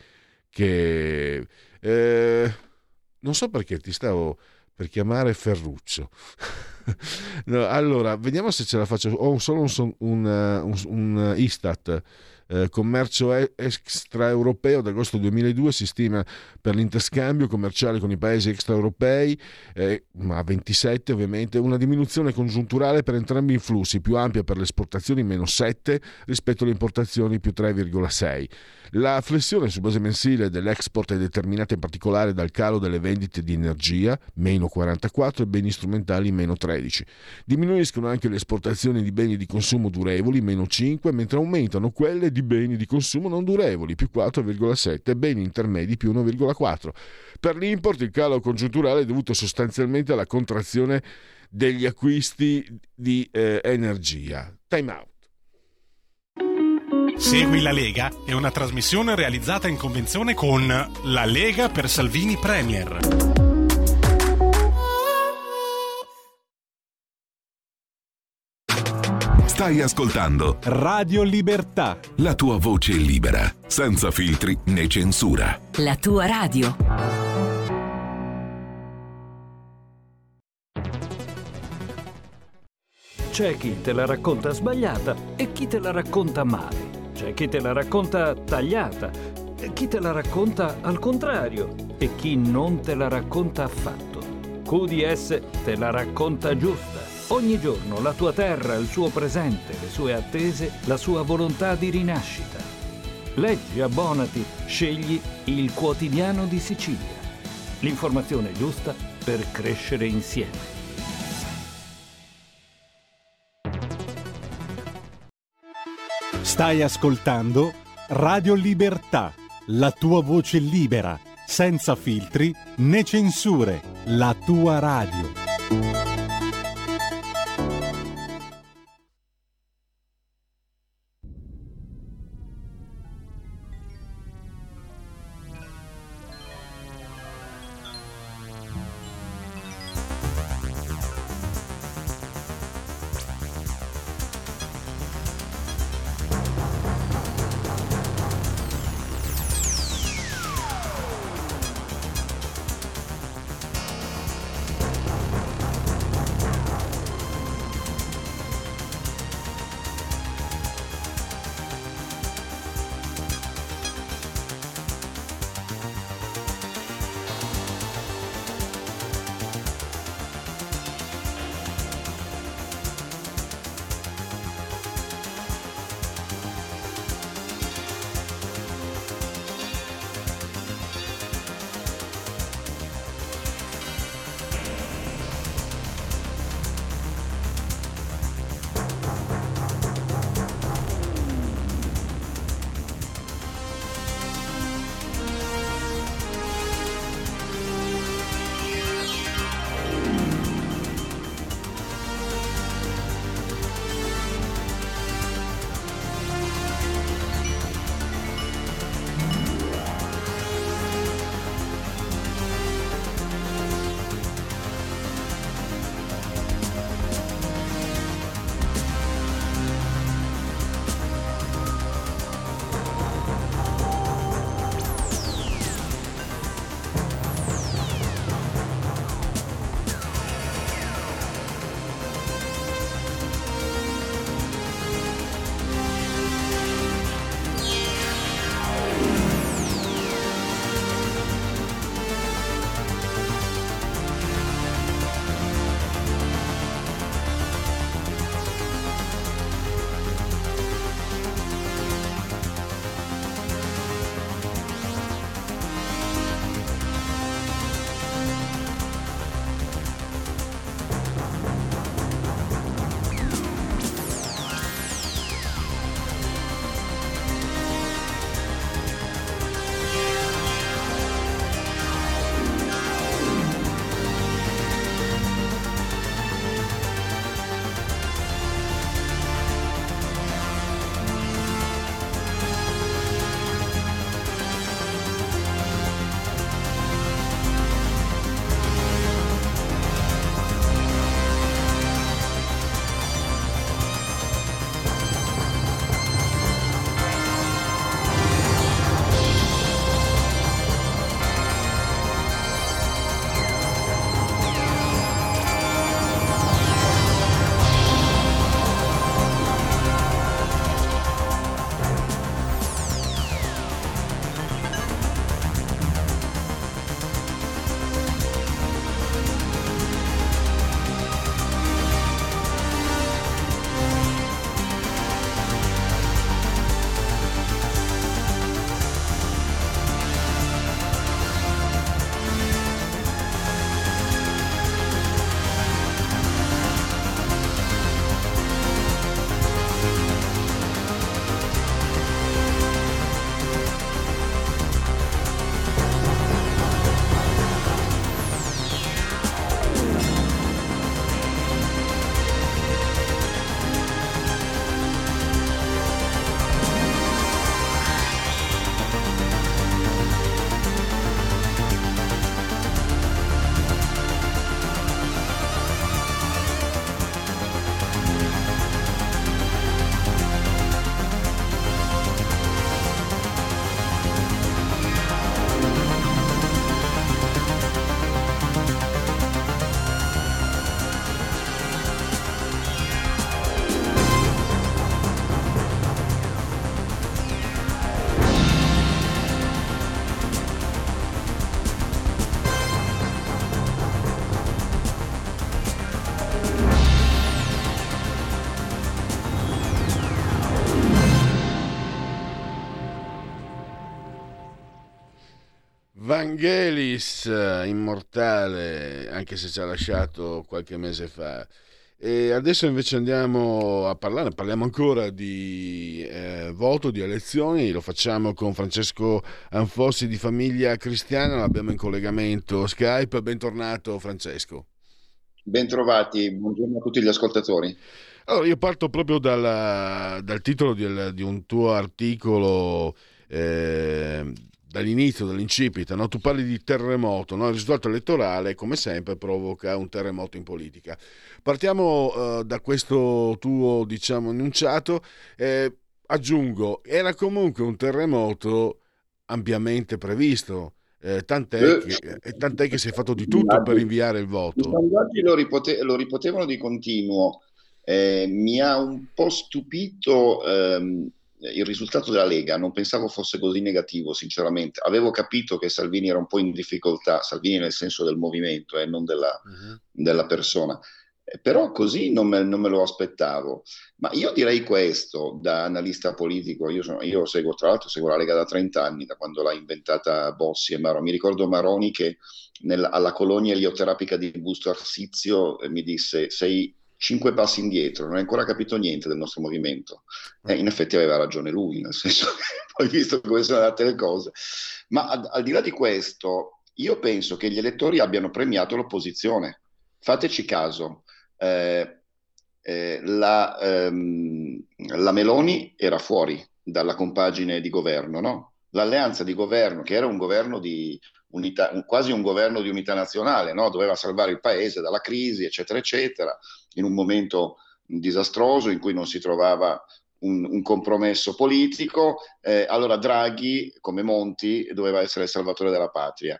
che eh, non so perché ti stavo per chiamare Ferruccio. No, allora, vediamo se ce la faccio. Ho solo un, un, un, un Istat. Eh, commercio extraeuropeo d'agosto duemiladue si stima per l'interscambio commerciale con i paesi extraeuropei, eh, a ventisette ovviamente, una diminuzione congiunturale per entrambi i flussi, più ampia per le esportazioni meno sette rispetto alle importazioni più tre virgola sei. La flessione su base mensile dell'export è determinata in particolare dal calo delle vendite di energia, meno quarantaquattro, e beni strumentali, meno tredici. Diminuiscono anche le esportazioni di beni di consumo durevoli, meno cinque, mentre aumentano quelle di beni di consumo non durevoli, più quattro virgola sette, e beni intermedi, più uno virgola quattro. Per l'import il calo congiunturale è dovuto sostanzialmente alla contrazione degli acquisti di eh, energia. Time out. Segui la Lega è una trasmissione realizzata in convenzione con La Lega per Salvini Premier. Stai ascoltando Radio Libertà, la tua voce libera, senza filtri né censura. La tua radio. C'è chi te la racconta sbagliata e chi te la racconta male. C'è chi te la racconta tagliata e chi te la racconta al contrario e chi non te la racconta affatto. Q D S te la racconta giusta. Ogni giorno la tua terra, il suo presente, le sue attese, la sua volontà di rinascita. Leggi, abbonati, scegli il Quotidiano di Sicilia. L'informazione giusta per crescere insieme. Stai ascoltando Radio Libertà, la tua voce libera, senza filtri né censure, la tua radio. Vangelis, immortale, anche se ci ha lasciato qualche mese fa. E adesso invece andiamo a parlare, parliamo ancora di eh, voto, di elezioni, lo facciamo con Francesco Anfossi di Famiglia Cristiana, l'abbiamo in collegamento Skype. Bentornato Francesco. Bentrovati, buongiorno a tutti gli ascoltatori. Allora, io parto proprio dal, dal titolo di, di un tuo articolo, eh, dall'inizio, dall'incipit, no? Tu parli di terremoto, no? Il risultato elettorale, come sempre, provoca un terremoto in politica. Partiamo uh, da questo tuo, diciamo, enunciato. Eh, aggiungo, era comunque un terremoto ampiamente previsto, eh, tant'è, che, eh, tant'è che si è fatto di tutto per rinviare il voto. I sondaggi lo, ripote- lo ripetevano di continuo. Eh, mi ha un po' stupito ehm, il risultato della Lega, non pensavo fosse così negativo, sinceramente. Avevo capito che Salvini era un po' in difficoltà, Salvini nel senso del movimento e eh, non della, uh-huh. della persona, eh, però così non me, non me lo aspettavo. Ma io direi questo, da analista politico, io, sono, io seguo, tra l'altro seguo la Lega da trenta anni, da quando l'ha inventata Bossi e Maroni. Mi ricordo Maroni che nel, alla colonia elioterapica di Busto Arsizio eh, mi disse: sei cinque passi indietro, non hai ancora capito niente del nostro movimento. Eh, in effetti aveva ragione lui, nel senso che poi visto come sono andate le cose. Ma al, al di là di questo, io penso che gli elettori abbiano premiato l'opposizione. Fateci caso, eh, eh, la, ehm, la Meloni era fuori dalla compagine di governo, no? L'alleanza di governo, che era un governo di unità, un, quasi un governo di unità nazionale, no? Doveva salvare il paese dalla crisi, eccetera, eccetera, in un momento disastroso in cui non si trovava un, un compromesso politico. Eh, allora Draghi, come Monti, doveva essere il salvatore della patria.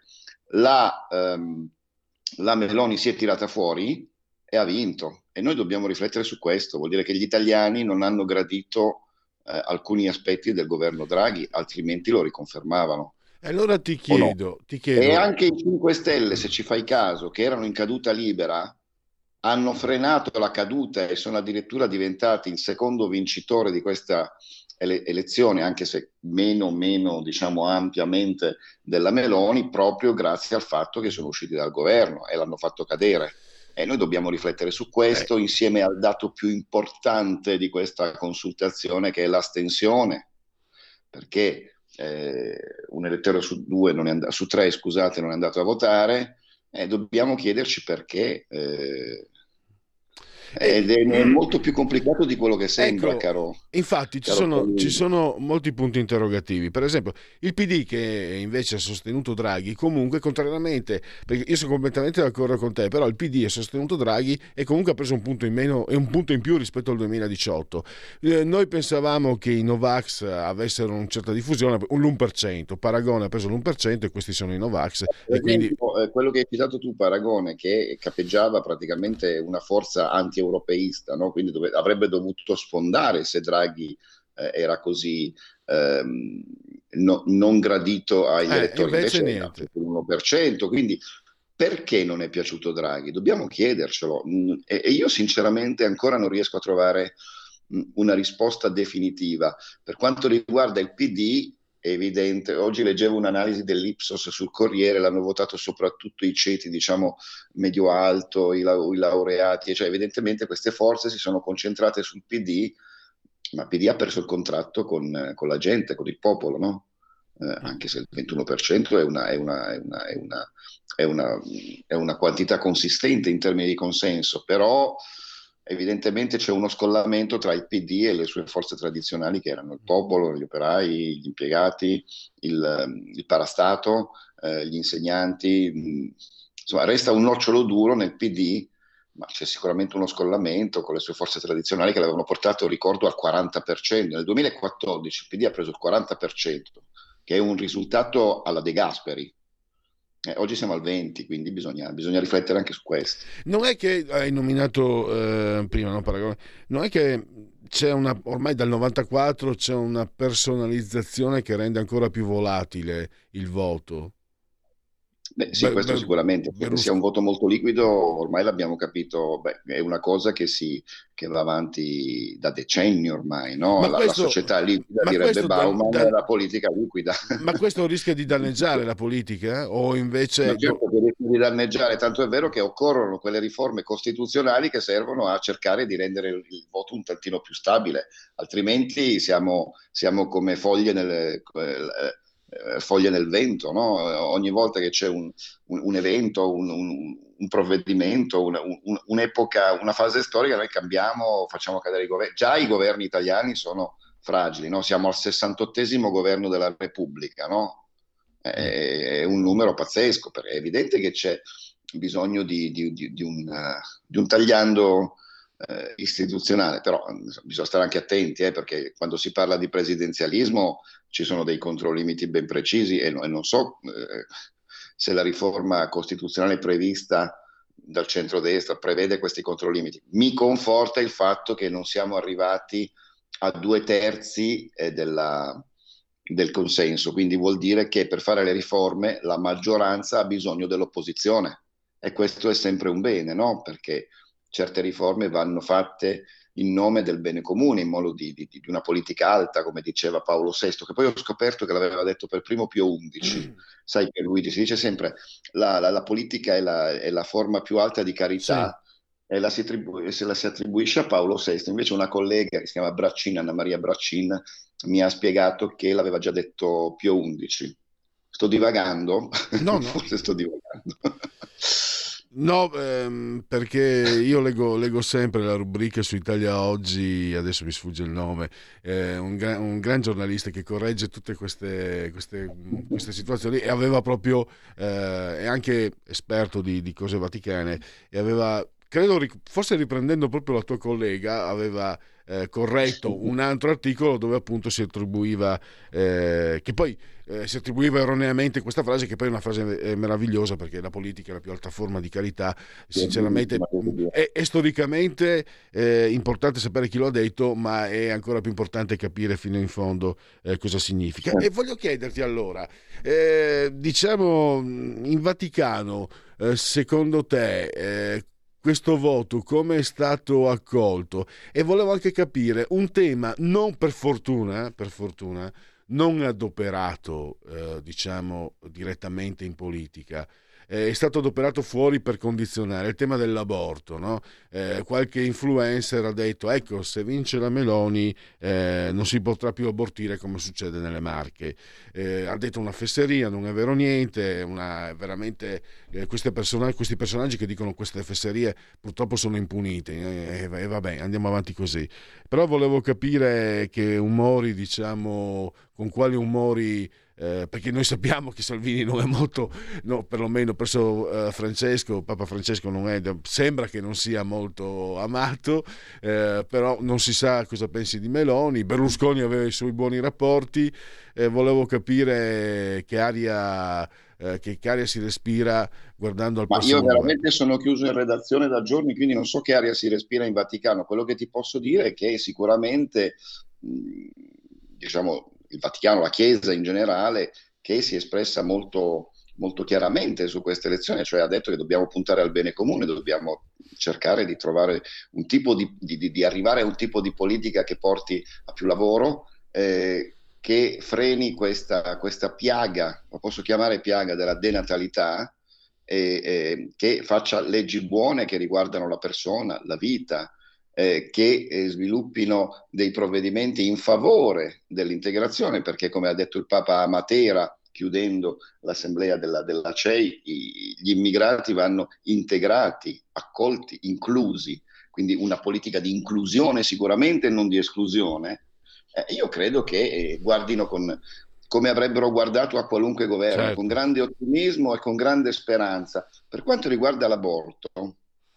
La, ehm, la Meloni si è tirata fuori e ha vinto, e noi dobbiamo riflettere su questo. Vuol dire che gli italiani non hanno gradito eh, alcuni aspetti del governo Draghi, altrimenti lo riconfermavano. Allora ti chiedo, no? ti chiedo... E anche i cinque Stelle, se ci fai caso, che erano in caduta libera, hanno frenato la caduta e sono addirittura diventati il secondo vincitore di questa ele- elezione, anche se meno, meno, diciamo, ampiamente della Meloni, proprio grazie al fatto che sono usciti dal governo e l'hanno fatto cadere. E noi dobbiamo riflettere su questo, eh. insieme al dato più importante di questa consultazione, che è l'astensione, perché eh, un elettore su due non è and- su tre, scusate, non è andato a votare. Eh, dobbiamo chiederci perché, eh, ed è molto più complicato di quello che sembra, ecco, caro. Infatti ci, caro sono, ci sono molti punti interrogativi. Per esempio il P D, che invece ha sostenuto Draghi, comunque, contrariamente, perché io sono completamente d'accordo con te, però il P D ha sostenuto Draghi e comunque ha preso un punto in meno e un punto in più rispetto al duemiladiciotto. Eh, noi pensavamo che i Novax avessero una certa diffusione, l'uno per cento, Paragone ha preso l'uno per cento e questi sono i Novax. Per e quindi... esempio, eh, quello che hai citato tu, Paragone, che capeggiava praticamente una forza anti-europeista, no? Quindi dove, avrebbe dovuto sfondare se Draghi eh, era così ehm, no, non gradito agli eh, elettori, invece, invece niente. l'uno per cento, quindi perché non è piaciuto Draghi? Dobbiamo chiedercelo, e, e io sinceramente ancora non riesco a trovare mh, una risposta definitiva. Per quanto riguarda il P D, è evidente, oggi leggevo un'analisi dell'Ipsos sul Corriere, l'hanno votato soprattutto i ceti, diciamo, medio-alto, i, lau- i laureati, cioè evidentemente queste forze si sono concentrate sul P D, ma il P D ha perso il contratto con, con la gente, con il popolo, no? Eh, anche se il ventuno per cento è una, è, una, è, una, è, una, è, una, è una quantità consistente in termini di consenso, però evidentemente c'è uno scollamento tra il P D e le sue forze tradizionali, che erano il popolo, gli operai, gli impiegati, il, il parastato, eh, gli insegnanti. Insomma, resta un nocciolo duro nel P D, ma c'è sicuramente uno scollamento con le sue forze tradizionali che l'avevano portato, ricordo, al quaranta per cento. Nel duemilaquattordici il P D ha preso il quaranta per cento, che è un risultato alla De Gasperi. Eh, oggi siamo al venti, quindi bisogna, bisogna riflettere anche su questo. Non è che hai nominato eh, prima, no, Paragone, non è che c'è una, ormai dal novantaquattro c'è una personalizzazione che rende ancora più volatile il voto? Beh, sì, Beh, questo beh, sicuramente, che sia un voto molto liquido, ormai l'abbiamo capito, beh, è una cosa che, si, che va avanti da decenni ormai, no? Ma La, la questo, società liquida, ma direbbe questo, dal- Bauman, è dal- la politica liquida. ma questo rischia di danneggiare la politica? O Ma invece... certo che rischia di danneggiare, tanto è vero che occorrono quelle riforme costituzionali che servono a cercare di rendere il, il voto un tantino più stabile, altrimenti siamo, siamo come foglie nel, eh, eh, foglie nel vento, no? Ogni volta che c'è un, un, un evento, un, un, un provvedimento, una, un, un'epoca, una fase storica, noi cambiamo, facciamo cadere i governi. Già i governi italiani sono fragili, no? Siamo al sessantottesimo governo della Repubblica, no? È un numero pazzesco, perché è evidente che c'è bisogno di, di, di, di, un, uh, di un tagliando uh, istituzionale, però insomma, bisogna stare anche attenti, eh, perché quando si parla di presidenzialismo ci sono dei controlimiti ben precisi e, no, e non so eh, se la riforma costituzionale prevista dal centrodestra prevede questi controlimiti. Mi conforta il fatto che non siamo arrivati a due terzi eh, della del consenso, quindi vuol dire che per fare le riforme la maggioranza ha bisogno dell'opposizione e questo è sempre un bene, no? Perché certe riforme vanno fatte in nome del bene comune, in modo di, di, di una politica alta, come diceva Paolo sesto, che poi ho scoperto che l'aveva detto per primo Pio undici. Mm. Sai che lui si dice sempre la, la, la politica è la, è la forma più alta di carità. Sì. E la si attribu- se la si attribuisce a Paolo sesto. Invece una collega che si chiama Braccin, Anna Maria Braccin, mi ha spiegato che l'aveva già detto Pio undici. Sto divagando? No, no. Forse sto divagando. No, ehm, perché io leggo, leggo sempre la rubrica su Italia Oggi, adesso mi sfugge il nome, eh, un, gra- un gran giornalista che corregge tutte queste, queste, queste situazioni e aveva proprio, eh, è anche esperto di, di cose vaticane e aveva... Credo, forse riprendendo proprio la tua collega, aveva eh, corretto un altro articolo dove appunto si attribuiva, eh, che poi eh, si attribuiva erroneamente questa frase, che poi è una frase eh, meravigliosa, perché la politica è la più alta forma di carità, sinceramente è, è storicamente eh, importante sapere chi lo ha detto, ma è ancora più importante capire fino in fondo eh, cosa significa. E voglio chiederti allora, eh, diciamo in Vaticano, eh, secondo te eh, questo voto come è stato accolto? E volevo anche capire un tema non per fortuna, per fortuna non adoperato eh, diciamo direttamente in politica, eh, è stato adoperato fuori per condizionare il tema dell'aborto, no? Eh, qualche influencer ha detto ecco, se vince la Meloni eh, non si potrà più abortire come succede nelle Marche. Eh, ha detto una fesseria, non è vero niente, una, veramente eh, queste persone, questi personaggi che dicono queste fesserie purtroppo sono impuniti e eh, eh, vabbè, andiamo avanti così. Però volevo capire che umori, diciamo, con quali umori, eh, perché noi sappiamo che Salvini non è molto, no, perlomeno presso eh, Francesco, Papa Francesco non è, sembra che non sia molto amato, eh, però non si sa cosa pensi di Meloni. Berlusconi aveva i suoi buoni rapporti, eh, volevo capire che aria, eh, che aria si respira guardando al Ma prossimo io veramente governo. sono chiuso in redazione da giorni, quindi non so che aria si respira in Vaticano. Quello che ti posso dire è che sicuramente mh, diciamo il Vaticano, la Chiesa in generale, che si è espressa molto, molto chiaramente su queste elezioni, cioè ha detto che dobbiamo puntare al bene comune, dobbiamo cercare di trovare un tipo di, di, di arrivare a un tipo di politica che porti a più lavoro, eh, che freni questa, questa piaga, lo posso chiamare piaga della denatalità, eh, eh, che faccia leggi buone che riguardano la persona, la vita, Eh, che eh, sviluppino dei provvedimenti in favore dell'integrazione, perché come ha detto il Papa a Matera, chiudendo l'assemblea della, della C E I, i, gli immigrati vanno integrati, accolti, inclusi, quindi una politica di inclusione sicuramente, non di esclusione. Eh, io credo che eh, guardino con, come avrebbero guardato a qualunque governo, certo, con grande ottimismo e con grande speranza. Per quanto riguarda l'aborto,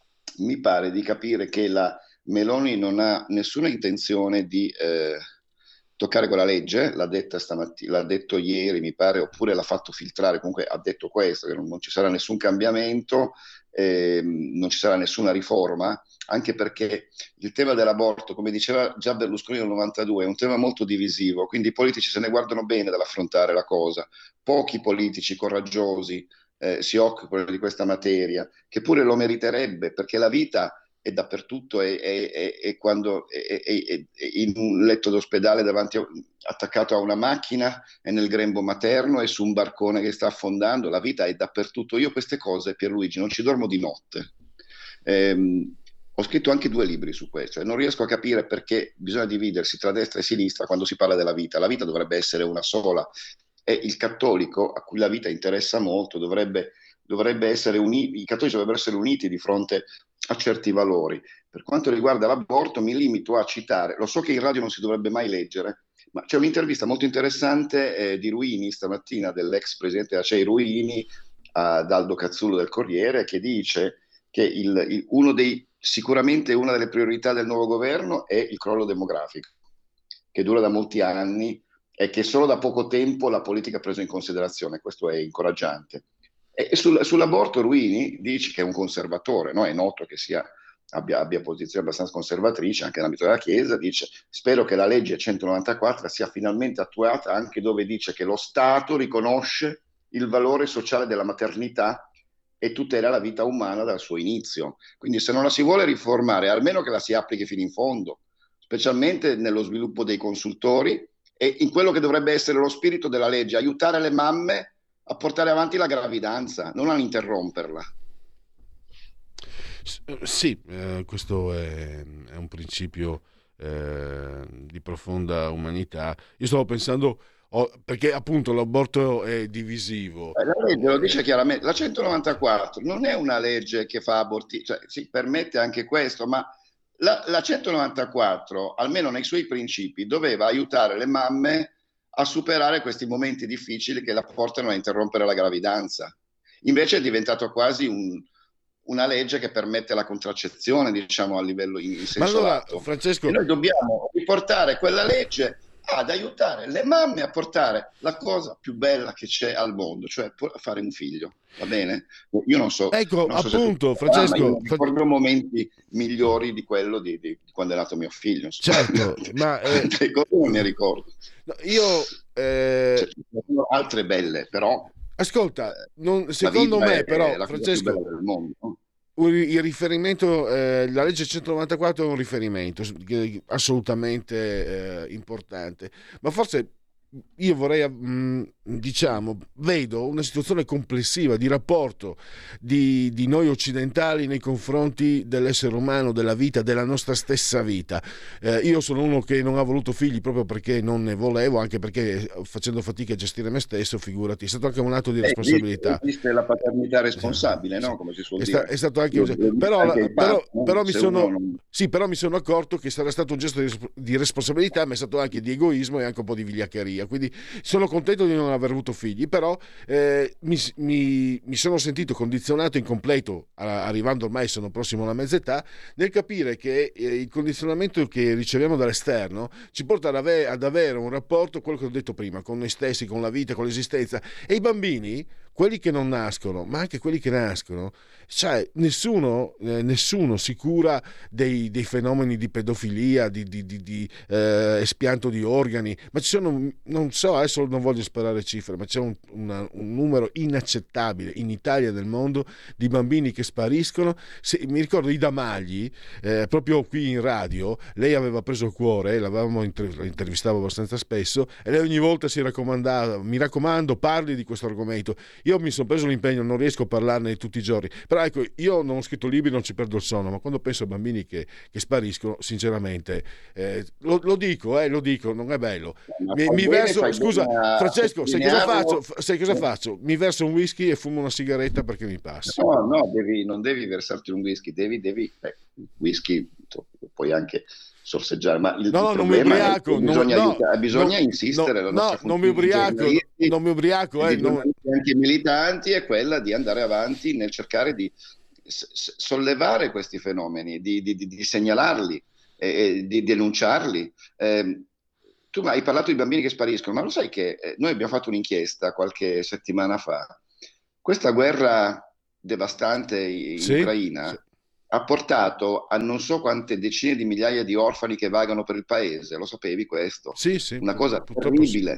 mi pare di capire che la Meloni non ha nessuna intenzione di eh, toccare quella legge, l'ha detta stamattina, l'ha detto ieri, mi pare, oppure l'ha fatto filtrare, comunque ha detto questo, che non, non ci sarà nessun cambiamento, eh, non ci sarà nessuna riforma, anche perché il tema dell'aborto, come diceva già Berlusconi nel novantadue, è un tema molto divisivo, quindi i politici se ne guardano bene dall'affrontare la cosa. Pochi politici coraggiosi eh, si occupano di questa materia, che pure lo meriterebbe, perché la vita è dappertutto, è, è, è, è quando è, è, è in un letto d'ospedale davanti a, attaccato a una macchina, è nel grembo materno, è su un barcone che sta affondando, la vita è dappertutto. Io queste cose, Pierluigi, non ci dormo di notte. Ehm, ho scritto anche due libri su questo e non riesco a capire perché bisogna dividersi tra destra e sinistra quando si parla della vita. La vita dovrebbe essere una sola, e il cattolico, a cui la vita interessa molto, dovrebbe, dovrebbe essere unito, i cattolici dovrebbero essere uniti di fronte a certi valori. Per quanto riguarda l'aborto, mi limito a citare, lo so che in radio non si dovrebbe mai leggere, ma c'è un'intervista molto interessante eh, di Ruini stamattina, dell'ex presidente della C E I Ruini, ad Aldo Cazzullo del Corriere, che dice che il, il, uno dei, sicuramente una delle priorità del nuovo governo è il crollo demografico, che dura da molti anni e che solo da poco tempo la politica ha preso in considerazione. Questo è incoraggiante. E sul, sull'aborto Ruini dice che è un conservatore, no? È noto che sia, abbia, abbia posizioni abbastanza conservatrici anche nell'ambito della Chiesa. Dice: spero che la legge centonovantaquattro sia finalmente attuata anche dove dice che lo Stato riconosce il valore sociale della maternità e tutela la vita umana dal suo inizio. Quindi se non la si vuole riformare, almeno che la si applichi fino in fondo, specialmente nello sviluppo dei consultori e in quello che dovrebbe essere lo spirito della legge, aiutare le mamme a portare avanti la gravidanza, non a interromperla. Sì, eh, questo è, è un principio eh, di profonda umanità. Io stavo pensando, oh, perché appunto l'aborto è divisivo. La legge lo dice chiaramente, la centonovantaquattro non è una legge che fa aborti, cioè si permette anche questo, ma la, la centonovantaquattro, almeno nei suoi principi, doveva aiutare le mamme a superare questi momenti difficili che la portano a interrompere la gravidanza. Invece è diventato quasi un, una legge che permette la contraccezione, diciamo, a livello in, in senso Ma allora, lato. Francesco... E noi dobbiamo riportare quella legge ad aiutare le mamme a portare la cosa più bella che c'è al mondo, cioè fare un figlio, va bene? Io non so, ecco, non so appunto, se tu, Francesco, ah, ma io ricordo momenti migliori di quello di, di, di quando è nato mio figlio. Insomma. Certo, ma eh, non ne ricordo. No, io eh... cioè, ci sono altre belle, però ascolta, non, secondo me è, però, è la Francesco, cosa più bella del mondo, no? Il riferimento, eh, la legge centonovantaquattro è un riferimento assolutamente eh, importante, ma forse io vorrei, mh, diciamo, vedo una situazione complessiva di rapporto di, di noi occidentali nei confronti dell'essere umano, della vita, della nostra stessa vita. Eh, io sono uno che non ha voluto figli proprio perché non ne volevo, anche perché facendo fatica a gestire me stesso, figurati, è stato anche un atto di responsabilità. Eh, esiste la paternità responsabile, sì, no? Come si suol è dire. Sta, è stato anche un... però, anche però, padre, però, mi sono... non... sì, però mi sono accorto che sarà stato un gesto di, di responsabilità, ma è stato anche di egoismo e anche un po' di vigliaccheria. Quindi sono contento di non aver avuto figli, però eh, mi, mi, mi sono sentito condizionato in completo, arrivando ormai sono prossimo alla mezz'età, nel capire che eh, il condizionamento che riceviamo dall'esterno ci porta ad avere, ad avere un rapporto, quello che ho detto prima, con noi stessi, con la vita, con l'esistenza. E i bambini, quelli che non nascono, ma anche quelli che nascono, cioè nessuno, eh, nessuno si cura dei, dei fenomeni di pedofilia, di, di, di, di eh, espianto di organi, ma ci sono, non so, adesso non voglio sparare cifre, ma c'è un, una, un numero inaccettabile in Italia e nel mondo di bambini che spariscono. Se, mi ricordo Ida Magli, eh, proprio qui in radio, lei aveva preso il cuore, l'avevamo inter- la intervistavo abbastanza spesso, e lei ogni volta si raccomandava: mi raccomando, parli di questo argomento. Io mi sono preso l'impegno, non riesco a parlarne tutti i giorni, però ecco, io non ho scritto libri, non ci perdo il sonno, ma quando penso a bambini che, che spariscono, sinceramente, eh, lo, lo dico, eh, lo dico, non è bello. Mi, mi verso, scusa, Francesco, sai cosa faccio? Sai cosa faccio? Mi verso un whisky e fumo una sigaretta perché mi passa. No, no, devi, non devi versarti un whisky, devi, devi, eh, whisky puoi anche sorseggiare, ma il, no, il no, non mi ubriaco, è che bisogna, no, aiutare, bisogna no, insistere. No, la no non mi ubriaco, non mi ubriaco, eh, non... anche militanti, è quella di andare avanti nel cercare di s- sollevare questi fenomeni, di, di, di, di segnalarli, eh, di denunciarli. Eh, tu hai parlato di bambini che spariscono, ma lo sai che eh, noi abbiamo fatto un'inchiesta qualche settimana fa. Questa guerra devastante in sì, Ucraina sì. ha portato a non so quante decine di migliaia di orfani che vagano per il paese. Lo sapevi questo? Sì, sì. Una cosa terribile.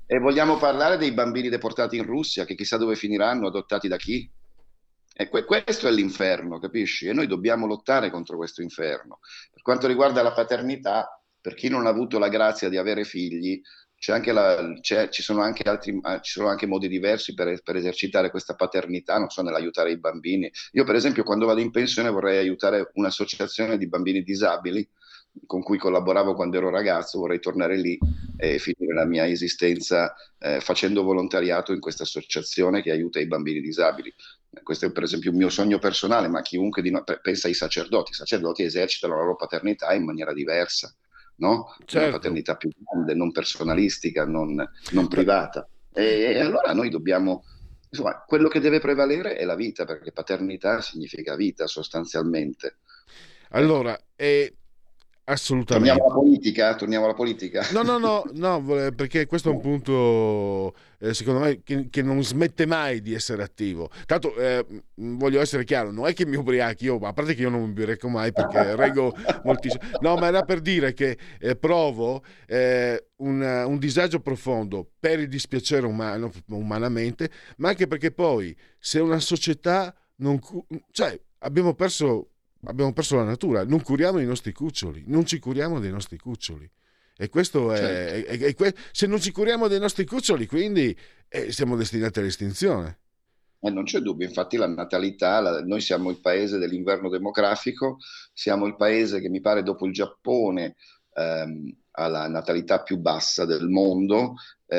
E vogliamo parlare dei bambini deportati in Russia, che chissà dove finiranno, adottati da chi? E que- questo è l'inferno, capisci? E noi dobbiamo lottare contro questo inferno. Per quanto riguarda la paternità, per chi non ha avuto la grazia di avere figli, c'è anche la, c'è, ci sono anche altri, ci sono anche modi diversi per, per esercitare questa paternità, non so, nell'aiutare i bambini. Io, per esempio, quando vado in pensione vorrei aiutare un'associazione di bambini disabili con cui collaboravo quando ero ragazzo, vorrei tornare lì e finire la mia esistenza eh, facendo volontariato in questa associazione che aiuta i bambini disabili. Questo è per esempio un mio sogno personale, ma chiunque di noi, pensa ai sacerdoti, i sacerdoti esercitano la loro paternità in maniera diversa, no? Certo. Una paternità più grande, non personalistica, non, non privata. E, e allora noi dobbiamo, insomma, quello che deve prevalere è la vita, perché paternità significa vita sostanzialmente. Allora, è assolutamente. Torniamo alla politica? Torniamo alla politica? No, no, no, no, perché questo è un punto, eh, secondo me, che, che non smette mai di essere attivo. Tanto, eh, voglio essere chiaro, non è che mi ubriachi io, ma a parte che io non mi ubriaco mai perché reggo moltissimo. No, ma era per dire che eh, provo eh, un, un disagio profondo per il dispiacere umano, umanamente, ma anche perché poi, se una società non... cioè, abbiamo perso... abbiamo perso la natura, non curiamo i nostri cuccioli, non ci curiamo dei nostri cuccioli, e questo è, certo. è, è, è se non ci curiamo dei nostri cuccioli, quindi eh, siamo destinati all'estinzione. Eh, non c'è dubbio, infatti la natalità, la, noi siamo il paese dell'inverno demografico, siamo il paese che mi pare dopo il Giappone ehm, ha la natalità più bassa del mondo,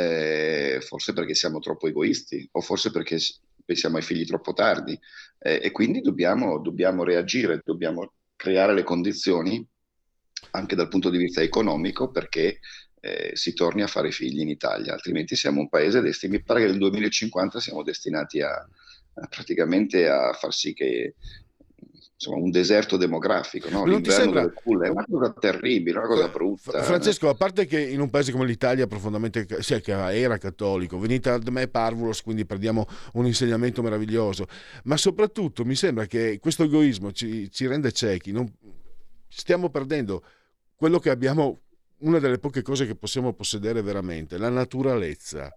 eh, forse perché siamo troppo egoisti, o forse perché pensiamo ai figli troppo tardi, eh, e quindi dobbiamo, dobbiamo reagire, dobbiamo creare le condizioni anche dal punto di vista economico perché eh, si torni a fare figli in Italia, altrimenti siamo un paese destinato, mi pare che nel duemilacinquanta siamo destinati a, a praticamente a far sì che insomma un deserto demografico, no? Non ti sembra delle culle è una cosa terribile, una cosa brutta. Francesco, a parte che in un paese come l'Italia profondamente, cioè, che era cattolico, venite ad me parvulos, quindi perdiamo un insegnamento meraviglioso, ma soprattutto mi sembra che questo egoismo ci, ci rende ciechi, non, stiamo perdendo quello che abbiamo, una delle poche cose che possiamo possedere veramente, la naturalezza.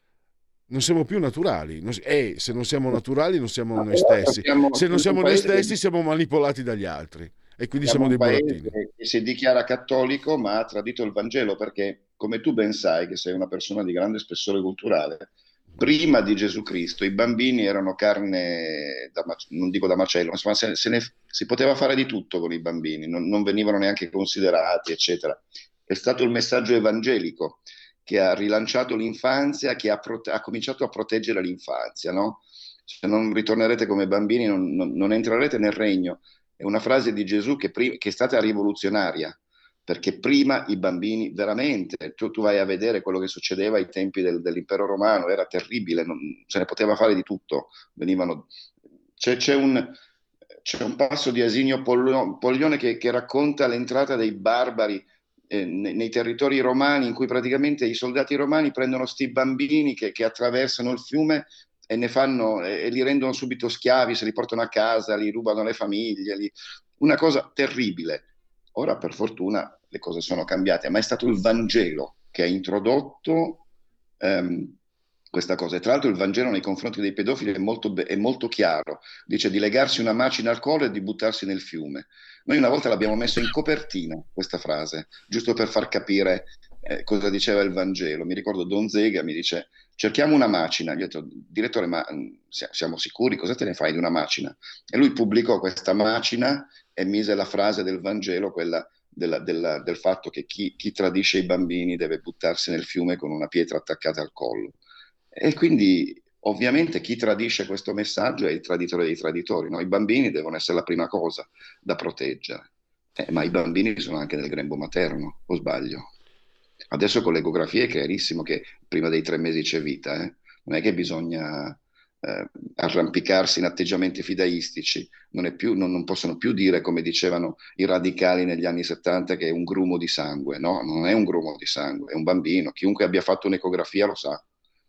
Non siamo più naturali, e se non siamo naturali non siamo noi stessi, se non siamo noi stessi siamo manipolati dagli altri e quindi siamo, siamo dei burattini. Che si dichiara cattolico ma ha tradito il Vangelo, perché come tu ben sai che sei una persona di grande spessore culturale, prima di Gesù Cristo i bambini erano carne da, non dico da macello, insomma se, se ne, si poteva fare di tutto con i bambini, non, non venivano neanche considerati, eccetera. È stato il messaggio evangelico che ha rilanciato l'infanzia, che ha, prote- ha cominciato a proteggere l'infanzia, no? Se non ritornerete come bambini non, non, non entrerete nel regno. È una frase di Gesù che, prim- che è stata rivoluzionaria, perché prima i bambini veramente, tu, tu vai a vedere quello che succedeva ai tempi del, dell'impero romano, era terribile, non, se ne poteva fare di tutto. Venivano... C'è, c'è, un, c'è un passo di Asinio Poglione che, che racconta l'entrata dei barbari Eh, nei, nei territori romani, in cui praticamente i soldati romani prendono sti bambini che, che attraversano il fiume e ne fanno e, e li rendono subito schiavi, se li portano a casa, li rubano le famiglie, li... una cosa terribile. Ora per fortuna le cose sono cambiate, ma è stato il Vangelo che ha introdotto ehm, questa cosa. E tra l'altro il Vangelo nei confronti dei pedofili è molto, è molto chiaro, dice di legarsi una macina al collo e di buttarsi nel fiume. Noi una volta l'abbiamo messo in copertina questa frase, giusto per far capire eh, cosa diceva il Vangelo. Mi ricordo Don Zega mi dice cerchiamo una macina, gli ho detto direttore ma siamo sicuri, cosa te ne fai di una macina? E lui pubblicò questa macina e mise la frase del Vangelo, quella della, della, del fatto che chi, chi tradisce i bambini deve buttarsi nel fiume con una pietra attaccata al collo. E quindi ovviamente chi tradisce questo messaggio è il traditore dei traditori, no? I bambini devono essere la prima cosa da proteggere, eh, ma i bambini sono anche nel grembo materno, o sbaglio? Adesso con l'ecografia è chiarissimo che prima dei tre mesi c'è vita, eh? Non è che bisogna eh, arrampicarsi in atteggiamenti fidaistici, non, è più, non, non possono più dire come dicevano i radicali negli anni settanta che è un grumo di sangue, no, non è un grumo di sangue, è un bambino, chiunque abbia fatto un'ecografia lo sa.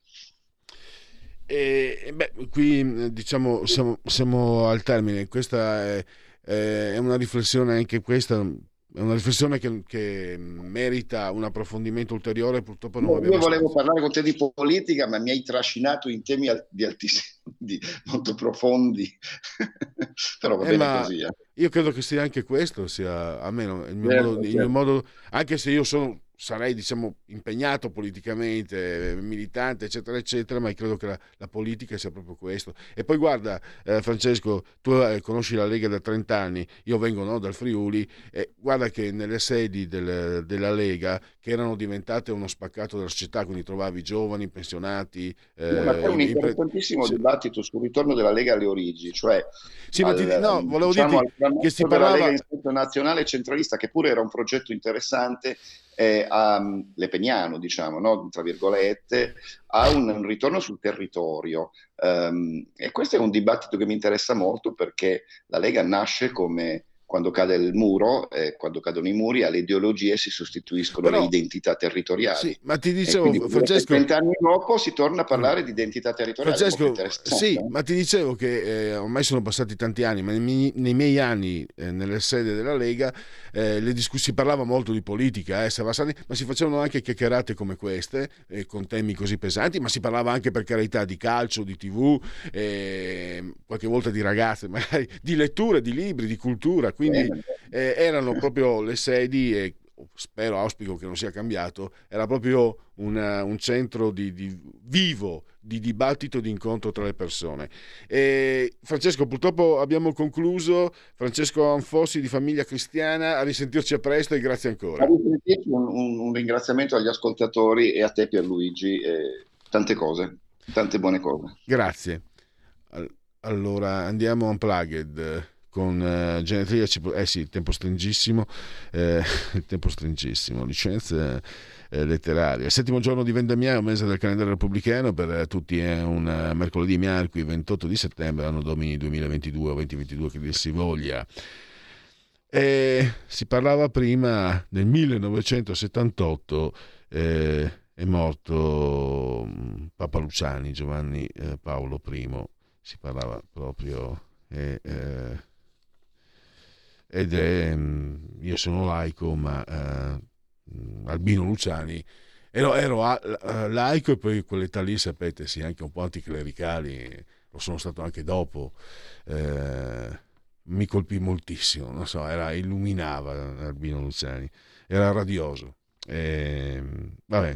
E, beh, qui diciamo siamo, siamo al termine, questa è, è una riflessione anche questa è una riflessione che, che merita un approfondimento ulteriore. Purtroppo non Io abbiamo volevo spazio. parlare con te di politica, ma mi hai trascinato in temi al- di altissimi, di molto profondi. Però va Eh, bene ma così. eh. io credo che sia anche questo, sia almeno il mio, Certo, modo, il mio certo. modo, anche se io sono, sarei diciamo impegnato politicamente, eh, militante, eccetera, eccetera, ma credo che la, la politica sia proprio questo. E poi guarda, eh, Francesco, tu eh, conosci la Lega da trenta anni, io vengo no, dal Friuli, e guarda che nelle sedi del- della Lega, che erano diventate uno spaccato della società, quindi trovavi giovani, pensionati, No, ma c'è eh, un impre- interessantissimo sì. dibattito sul ritorno della Lega alle origini, cioè Sì, ma ti- al, no, volevo diciamo, dirti al tramonto che si della parlava. Lega in senso nazionale centralista, che pure era un progetto interessante, eh, a Lepegnano, diciamo, no? Tra virgolette, a un, un ritorno sul territorio. Ehm, e questo è un dibattito che mi interessa molto, perché la Lega nasce come quando cade il muro, eh, quando cadono i muri, alle ideologie si sostituiscono Però- le identità territoriali. Sì, ma ti E dicevo, quindi Francesco, vent'anni dopo si torna a parlare di identità territoriale. molto Francesco, interessante, sì, eh? ma ti dicevo che eh, ormai sono passati tanti anni, ma nei miei, nei miei anni eh, nelle sede della Lega eh, le discuss- si parlava molto di politica, eh, Savassani, ma si facevano anche chiacchierate come queste, eh, con temi così pesanti, ma si parlava anche, per carità, di calcio, di tivù, eh, qualche volta di ragazze, magari di letture, di libri, di cultura, quindi Bene. eh, erano proprio le sedi, e spero, auspico che non sia cambiato, era proprio una- un centro di, di vivo, di dibattito, di incontro tra le persone. E Francesco, purtroppo abbiamo concluso. Francesco Anfossi di Famiglia Cristiana, a risentirci a presto e grazie ancora. A risentirci, un, un- un ringraziamento agli ascoltatori e a te Pierluigi, eh, tante cose, tante buone cose. Grazie. Al- Allora andiamo unplugged con uh, Genetria. Eh sì, il tempo stringissimo, eh, il tempo stringissimo, licenze eh, letterarie. Settimo giorno di vendemmiaio, mese del calendario repubblicano, per eh, tutti è un uh, mercoledì miarqui ventotto di settembre, anno domini duemilaventidue o duemilaventidue, che dir si voglia. E si parlava prima del millenovecentosettantotto, eh, è morto mm, Papa Luciani, Giovanni eh, Paolo I, si parlava proprio eh, eh, ed è mm, io sono laico, ma eh, Albino Luciani ero, ero a, a, laico, e poi quell'età lì, sapete, sì, anche un po' anticlericali, lo sono stato anche dopo. eh, mi colpì moltissimo, non so, era, illuminava Albino Luciani, era radioso. E, vabbè.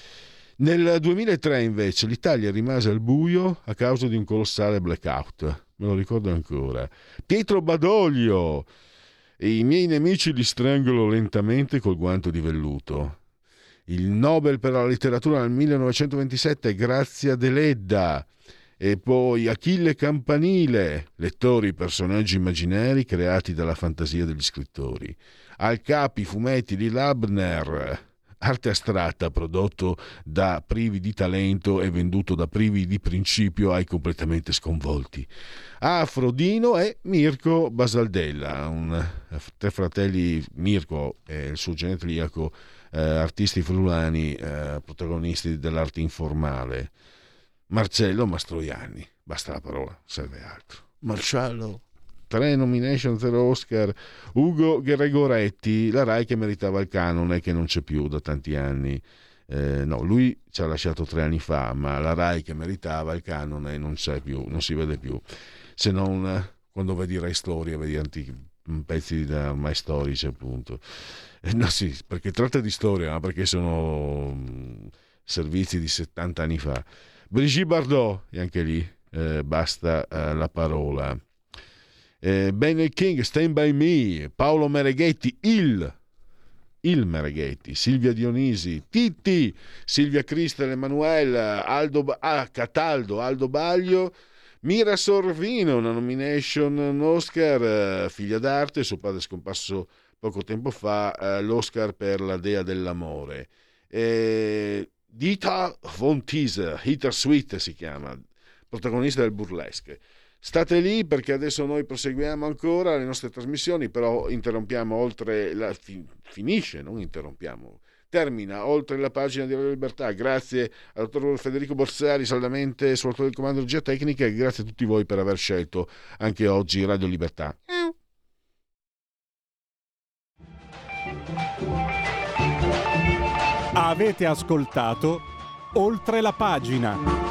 Nel duemilatré invece l'Italia rimase al buio a causa di un colossale blackout, me lo ricordo ancora. Pietro Badoglio: i miei nemici li strangolo lentamente col guanto di velluto. Il Nobel per la letteratura nel millenovecentoventisette, Grazia Deledda. E poi Achille Campanile, lettori personaggi immaginari creati dalla fantasia degli scrittori. Al capi fumetti di Labner, arte astratta prodotto da privi di talento e venduto da privi di principio ai completamente sconvolti. Afrodino e Mirko Basaldella, un, tre fratelli, Mirko e il suo genetriaco, eh, artisti friulani, eh, protagonisti dell'arte informale. Marcello Mastroianni, basta la parola, serve altro. Marcello, tre nomination, zero Oscar. Ugo Gregoretti, la Rai che meritava il canone, che non c'è più da tanti anni. Eh, no, lui ci ha lasciato tre anni fa, ma la Rai che meritava il canone non c'è più, non si vede più. Se non eh, quando vedi Rai Storia, vedi antichi pezzi da ormai storici, appunto. Eh, no, sì, perché tratta di storia, ma perché sono mh, servizi di settanta anni fa. Brigitte Bardot, e anche lì eh, basta eh, la parola. eh, Ben King, Stand By Me. Paolo Mereghetti, il il Mereghetti, Silvia Dionisi, Titti, Silvia Cristel, Emanuele, Aldo ah, Cataldo, Aldo Baglio, Mira Sorvino, una nomination, un Oscar, eh, figlia d'arte, suo padre è scomparso poco tempo fa, eh, l'Oscar per La Dea dell'amore. eh, Dita Von Teese, Hitter Sweet si chiama, protagonista del burlesque. State lì, perché adesso noi proseguiamo ancora le nostre trasmissioni, però interrompiamo oltre la fin, finisce, non interrompiamo, termina oltre la pagina di Radio Libertà. Grazie al dottor Federico Borsari, saldamente sul del comando di regia tecnica, e grazie a tutti voi per aver scelto anche oggi Radio Libertà. Avete ascoltato Oltre la pagina.